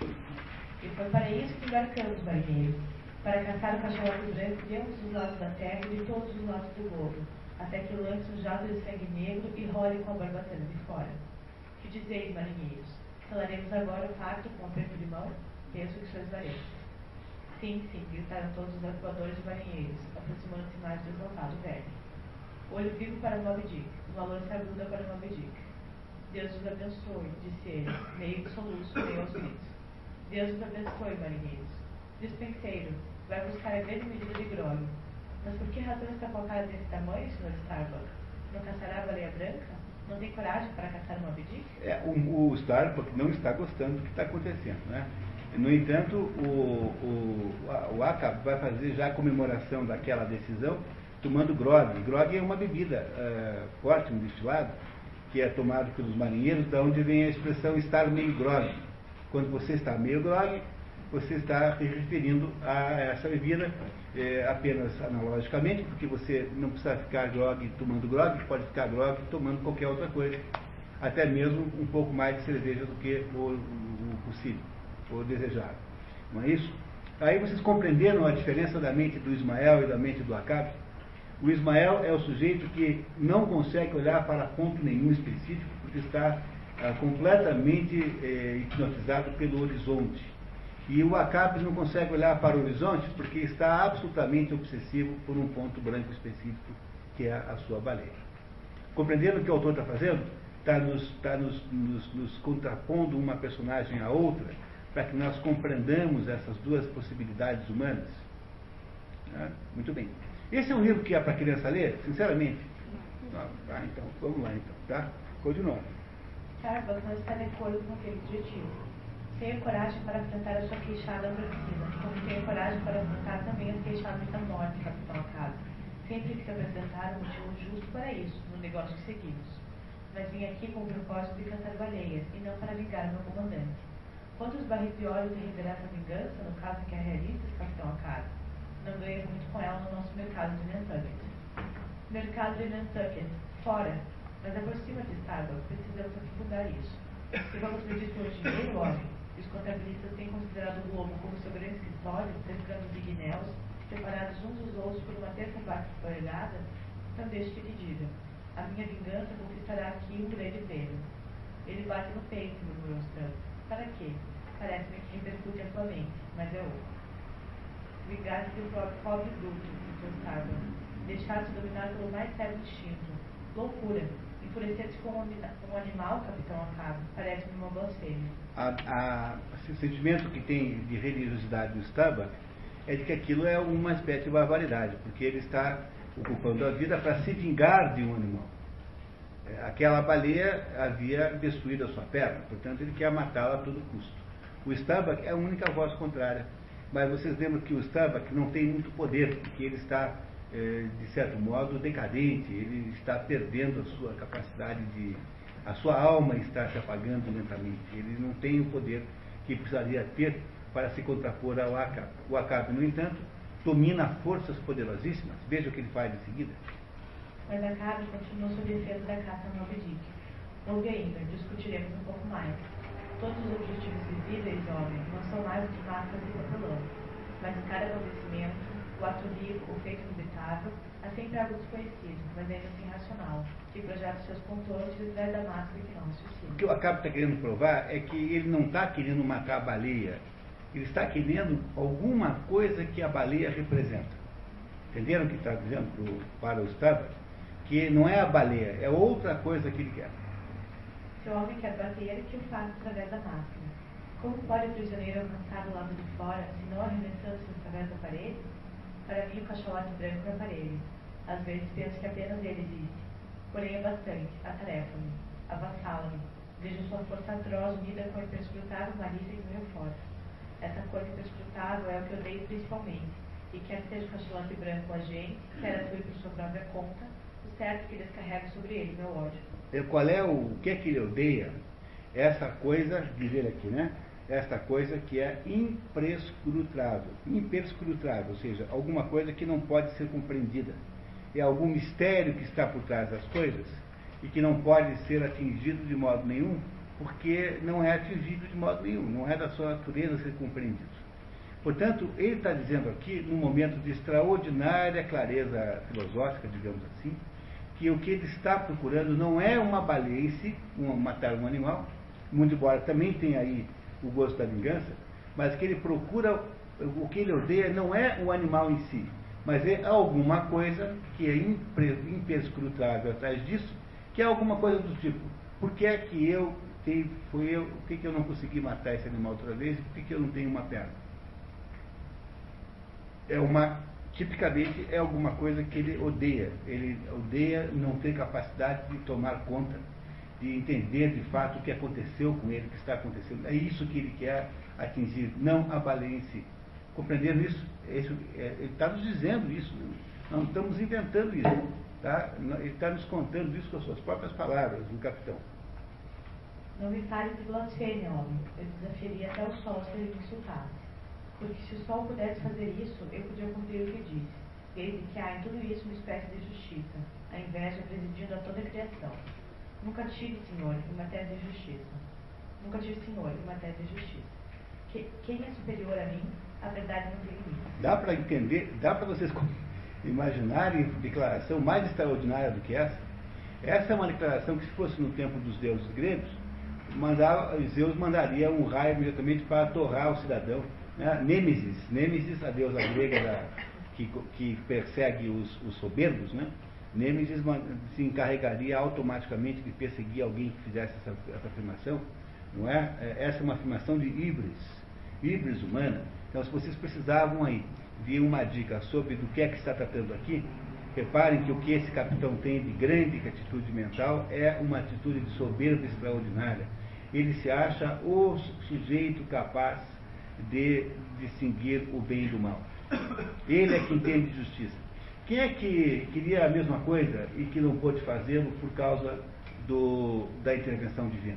E foi para isso que embarcamos, marinheiros, para caçar o cachalote branco de ambos os lados da terra e de todos os lados do globo, até que lance um jato de sangue negro e role com a barbatana de fora. Que dizeis, marinheiros? Selaremos agora o pacto com aperto de mão? Penso que sois valentes. Sim, sim, gritaram todos os atuadores e marinheiros, aproximando-se mais do exaltado velho. Olho vivo para Moby Dick, uma lança aguda para Moby Dick. Deus os abençoe, disse ele, meio de soluço, meio aos gritos. Deus os abençoe, marinheiros. Despenseiro, vai buscar a grande medida de grog. Mas por que razão está com a cara desse tamanho, senhor Starbuck? Não caçará a baleia branca? Não tem coragem para caçar o Moby Dick? É, o, o Starbuck não está gostando do que está acontecendo, né? No entanto, o, o, o Acabe vai fazer já a comemoração daquela decisão tomando grog. Grog é uma bebida uh, forte, um destilado, que é tomado pelos marinheiros, da onde vem a expressão estar meio grog. Quando você está meio grog, você está se referindo a essa bebida é, apenas analogicamente, porque você não precisa ficar grog tomando grog, pode ficar grog tomando qualquer outra coisa, até mesmo um pouco mais de cerveja do que o, o, o possível, o desejado. Não é isso? Aí vocês compreenderam a diferença da mente do Ismael e da mente do Acabe? O Ismael é o sujeito que não consegue olhar para ponto nenhum específico, porque está ah, completamente eh, hipnotizado pelo horizonte. E o Acabe não consegue olhar para o horizonte porque está absolutamente obsessivo por um ponto branco específico, que é a sua baleia. Compreenderam o que o autor está fazendo? Está nos, tá nos, nos, nos contrapondo uma personagem à outra, para que nós compreendamos essas duas possibilidades humanas. Ah, muito bem. Esse é um livro que é para criança ler, sinceramente? Ah, tá, então, vamos lá então, tá? Continuando. Starbuck não está de acordo com aquele objetivo. Tenha coragem para enfrentar a sua queixada opressiva, como tenha coragem para enfrentar também as queixadas da morte, capitão Acabe. Sempre que se apresentar um motivo justo para isso, no negócio que seguimos. Mas vim aqui com o propósito de caçar baleias, e não para vingar meu comandante. Quantos barris de óleo derreterá essa vingança, no caso em que é realista, capitão Acabe? Não ganha muito com ela no nosso mercado de Nantucket. Mercado de Nantucket, fora! Mas aproxima-te, Starbuck, precisamos aprofundar isso. Se vamos medir pelo dinheiro, homem, os contabilistas têm considerado o globo como seu grande escritório, pescando de guinéus, separados uns dos outros por uma terça parte aparelhada, então deixe que te diga. A minha vingança conquistará aqui um grande prêmio. Ele bate no peito, murmurou Starbuck. Para quê? Parece-me que repercute a sua mente, mas é outro. Vingar-se do próprio pobre bruto, citou Starbuck. Deixar-se dominar pelo mais sério instinto. Loucura. Enfurecer-se com um, um animal, capitão Acabe, parece-me uma blasfêmia. A, a, o sentimento que tem de religiosidade do Starbuck é de que aquilo é uma espécie de barbaridade, porque ele está ocupando a vida para se vingar de um animal. Aquela baleia havia destruído a sua perna, portanto ele quer matá-la a todo custo. O Starbuck é a única voz contrária, mas vocês lembram que o Starbuck não tem muito poder, porque ele está, de certo modo, decadente, ele está perdendo a sua capacidade de... a sua alma está se apagando lentamente, ele não tem o poder que precisaria ter para se contrapor ao Acabe. O Acabe, no entanto, domina forças poderosíssimas. Veja o que ele faz em seguida. Mas Acabe continuou sob defesa da caça no Moby Dick. Ouve ainda, discutiremos um pouco mais. Todos os objetivos visíveis, homem, não são mais do que massas e papelão. Mas em cada acontecimento, o ato rico, o feito inevitável, há sempre algo desconhecido, mas ainda assim racional, que projeta seus contornos e traz da máscara que não raciocina. O que o Acabe está querendo provar é que ele não está querendo matar a baleia, ele está querendo alguma coisa que a baleia representa. Entenderam o que está dizendo pro, para o Starbuck? Que não é a baleia, é outra coisa que ele quer. Se o homem quer bater, que o faça através da máscara. Como pode o prisioneiro alcançar do lado de fora, se não arremessando-se através da parede? Para mim, o cachalote branco é aparelho. Às vezes penso que apenas ele existe. Porém é bastante, atarefa-me, avassala-me. Vejo sua força atroz unida com a imperscrutável malícia que meu força. Essa coisa imperscrutável é o que eu odeio principalmente. E quer seja o cachalote branco o agente, quer atue por sua própria conta, o certo é que descarrego sobre ele meu ódio. Qual é o, o que é que ele odeia? Essa coisa, diz ele aqui, né? Esta coisa que é imprescrutável, imperscrutável, ou seja, alguma coisa que não pode ser compreendida. É algum mistério que está por trás das coisas e que não pode ser atingido de modo nenhum, porque não é atingido de modo nenhum, não é da sua natureza ser compreendido. Portanto, ele está dizendo aqui, num momento de extraordinária clareza filosófica, digamos assim, que o que ele está procurando não é uma baleia em si, uma, matar um animal, muito embora também tenha aí o gosto da vingança, mas que ele procura, o que ele odeia não é o animal em si, mas é alguma coisa que é imperscrutável atrás disso, que é alguma coisa do tipo, por que é que eu tenho, foi eu, por que, que eu não consegui matar esse animal outra vez e por que, que eu não tenho uma perna? É uma, tipicamente é alguma coisa que ele odeia, ele odeia não ter capacidade de tomar conta, de entender de fato o que aconteceu com ele, o que está acontecendo. É isso que ele quer atingir, não a baleia em si. Compreendendo isso? isso é, ele está nos dizendo isso, não estamos inventando isso. Tá? Ele está nos contando isso com as suas próprias palavras, o capitão. Não me fale de blasfêmia, homem. Eu desafiaria até o sol se ele me insultasse. Porque se o sol pudesse fazer isso, eu podia cumprir o que disse, desde que há em tudo isso uma espécie de justiça, a inveja presidindo a toda a criação. Nunca tive, senhor, em matéria de justiça. Nunca tive, senhor, em matéria de justiça. Que, quem é superior a mim, a verdade não tem limite. Dá para entender, dá para vocês imaginarem declaração mais extraordinária do que essa? Essa é uma declaração que, se fosse no tempo dos deuses gregos, mandava, Zeus mandaria um raio imediatamente para torrar o cidadão. Né? Nêmesis, Nêmesis, a deusa grega da, que, que persegue os, os soberbos, né? Nêmesis se encarregaria automaticamente de perseguir alguém que fizesse essa, essa afirmação, não é? Essa é uma afirmação de híbris, híbris humana. Então, se vocês precisavam aí de uma dica sobre do que é que está tratando aqui, reparem que o que esse capitão tem de grande atitude mental é uma atitude de soberba extraordinária. Ele se acha o sujeito capaz de distinguir o bem do mal. Ele é que entende justiça. Quem é que queria a mesma coisa e que não pôde fazê-lo por causa do, da intervenção divina?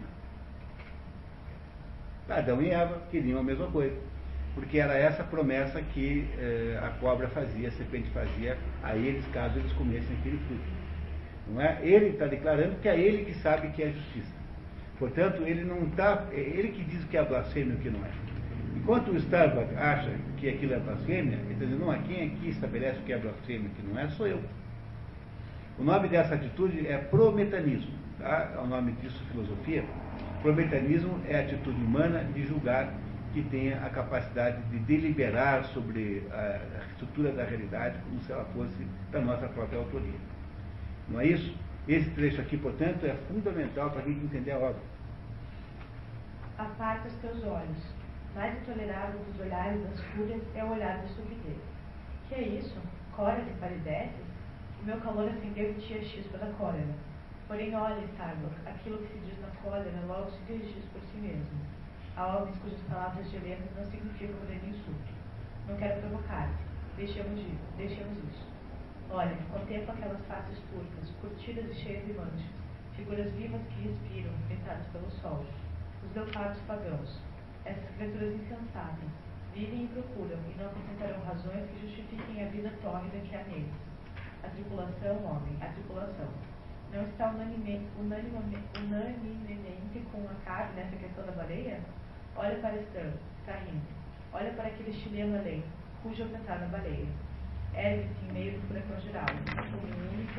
Adão e Eva queriam a mesma coisa, porque era essa promessa que eh, a cobra fazia, a serpente fazia a eles, caso eles comessem aquele fruto. Não é? Ele está declarando que é ele que sabe que é justiça. Portanto, ele não está, é ele que diz o que é blasfêmia e o que não é. Enquanto o Starbuck acha que aquilo é blasfêmia, ele está dizendo, não, quem aqui estabelece o que é blasfêmia e o que não é, sou eu. O nome dessa atitude é prometanismo. Tá? É o nome disso, filosofia. Prometanismo é a atitude humana de julgar que tenha a capacidade de deliberar sobre a estrutura da realidade como se ela fosse da nossa própria autoria. Não é isso? Esse trecho aqui, portanto, é fundamental para a gente entender a obra. Aparta os teus olhos. Mais intolerável dos olhares das fúrias é o olhar da estupidez. Que é isso? Cólera que palideces? O meu calor acendeu em ti a chispa da cólera. Porém, olha, Starbuck, aquilo que se diz na cólera logo se dirige por si mesmo. Há homens cujas palavras violentas não significam grande insulto. Não quero provocar-te. Deixemos, de, deixemos isso. Olha, contempla aquelas faces turcas, curtidas e cheias de manchas, figuras vivas que respiram, pintadas pelo sol. Os leopardos pagãos. Essas criaturas insensatas vivem e procuram, e não apresentarão razões que justifiquem a vida tórrida que há neles. A tripulação, homem, a tripulação. Não está unanime, unanime, unanimemente com a Acabe nessa questão da baleia? Olha para Stan, está rindo. Olha para aquele chileno além, cujo eu pensar na baleia. Ergue-se em meio do furacão geral, como um único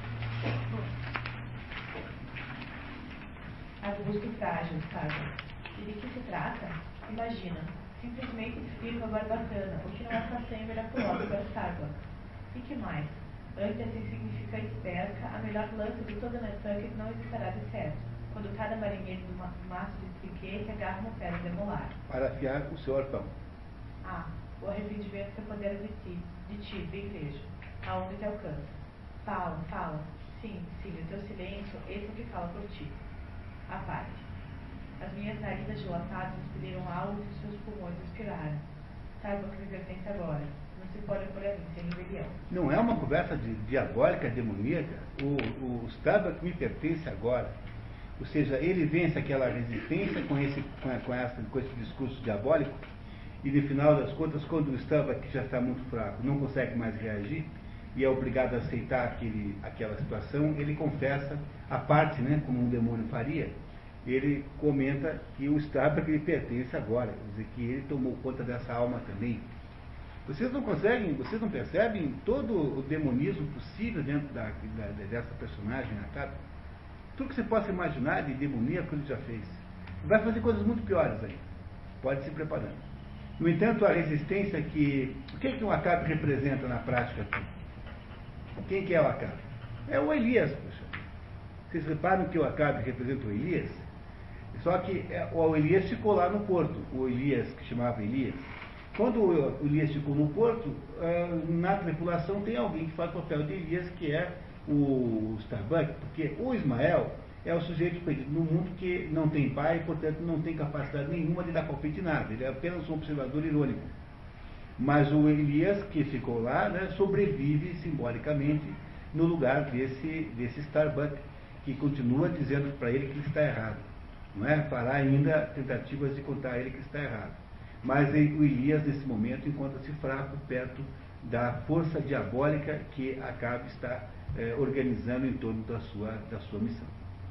arbusto frágil, sabe? E de que se trata? Imagina, simplesmente descreve uma barbatana, o que não é façanha miraculosa para Starbuck. E que mais? Ante essa insignificante pesca, a melhor lança de toda a Nantucket não existirá de certo, quando cada marinheiro do maço de trinquete agarra uma pedra de molar. Para afiar o seu arpão. Ah, o arrependimento se apodera de ti, de ti, bem vejo, aonde te alcança. Fala, fala. Sim, sim, o teu silêncio, esse é o que fala por ti. A parte. As minhas narinas dilatadas expeliram algo que os seus pulmões respiraram. Saiba que me pertence agora. Não se pode por mim sem rebelião. Não é uma conversa de diabólica, demoníaca? O, o Starbuck me pertence agora. Ou seja, ele vence aquela resistência com esse, com, com, essa, com esse discurso diabólico e, no final das contas, quando o Starbuck já está muito fraco, não consegue mais reagir e é obrigado a aceitar aquele, aquela situação, ele confessa a parte, né, como um demônio faria. Ele comenta que o Starbuck lhe pertence agora, quer dizer, que ele tomou conta dessa alma também. Vocês não conseguem, vocês não percebem todo o demonismo possível dentro da, da, dessa personagem, Acabe? Tudo que você possa imaginar de demoníaco ele já fez. Vai fazer coisas muito piores aí. Pode se preparando. No entanto, a resistência que... O que, é que o Acabe representa na prática aqui? Quem que é o Acabe? É o Elias, poxa. Vocês reparam que o Acabe representa o Elias? Só que o Elias ficou lá no porto. O Elias, que chamava Elias. Quando o Elias ficou no porto, na tripulação tem alguém que faz o papel de Elias, que é o Starbuck, porque o Ismael é o sujeito perdido no mundo que não tem pai e, portanto, não tem capacidade nenhuma de dar palpite em nada. Ele é apenas um observador irônico. Mas o Elias, que ficou lá, né, sobrevive simbolicamente no lugar desse, desse Starbuck, que continua dizendo para ele que ele está errado. Não é? Fará ainda tentativas de contar a ele que está errado. Mas o Elias, nesse momento, encontra-se fraco perto da força diabólica que Acabe está eh, organizando em torno da sua, da sua missão.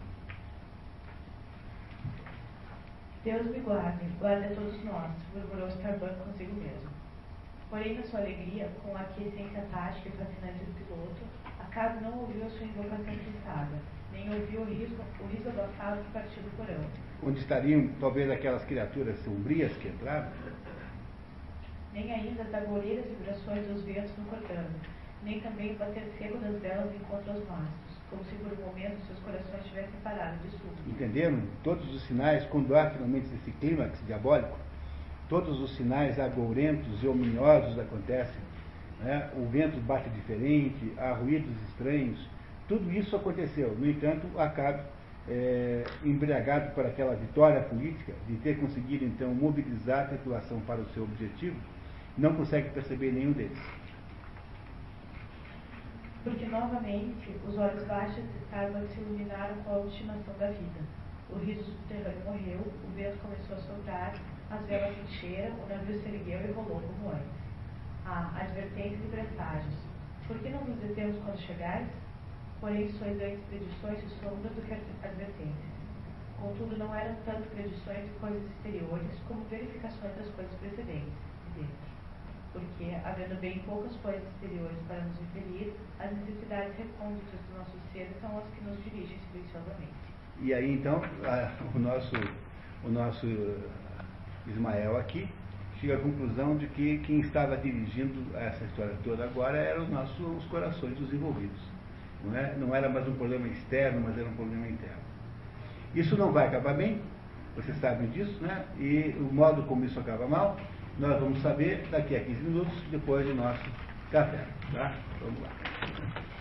Deus me guarde, guarde a todos nós, murmurou Starbuck consigo mesmo. Porém, na sua alegria, com a aquiescência tática e fascinante do piloto, Acabe não ouviu a sua invocação cessada, nem ouviu o riso, o riso abafado que partiu do porão. Onde estariam, talvez, aquelas criaturas sombrias que entraram? Nem ainda as agoureiras vibrações dos ventos no cordão, nem também o bater seco das velas encontra os mastros, como se por um momento seus corações tivessem parado de súbito. Entenderam? Todos os sinais, quando há finalmente esse clímax diabólico, todos os sinais agourentos e ominhosos acontecem. Né? O vento bate diferente, há ruídos estranhos, tudo isso aconteceu. No entanto, Acabe, é, embriagado por aquela vitória política, de ter conseguido então mobilizar a tripulação para o seu objetivo, não consegue perceber nenhum deles. Porque novamente os olhos baixos de Starbuck se iluminaram com a ultimação da vida. O riso subterrâneo morreu, o vento começou a soprar, as velas se encheram, o navio se ergueu e rolou como antes. Ah, advertências e presságios. Por que não nos detemos quando chegais? Porém, sois antes predições e sombras do que advertências. Contudo, não eram tanto predições de coisas exteriores como verificações das coisas precedentes, de dentro. Porque, havendo bem poucas coisas exteriores para nos impelir, a As necessidades recônditas do nosso ser são as que nos dirigem silenciosamente. E aí, então, a, o nosso, o nosso Ismael aqui chega à conclusão de que quem estava dirigindo essa história toda agora eram os nossos os corações dos envolvidos. Não, é? Não era mais um problema externo, mas era um problema interno. Isso não vai acabar bem, vocês sabem disso, né? E o modo como isso acaba mal, nós vamos saber daqui a quinze minutos, depois do nosso café. Tá? Vamos lá.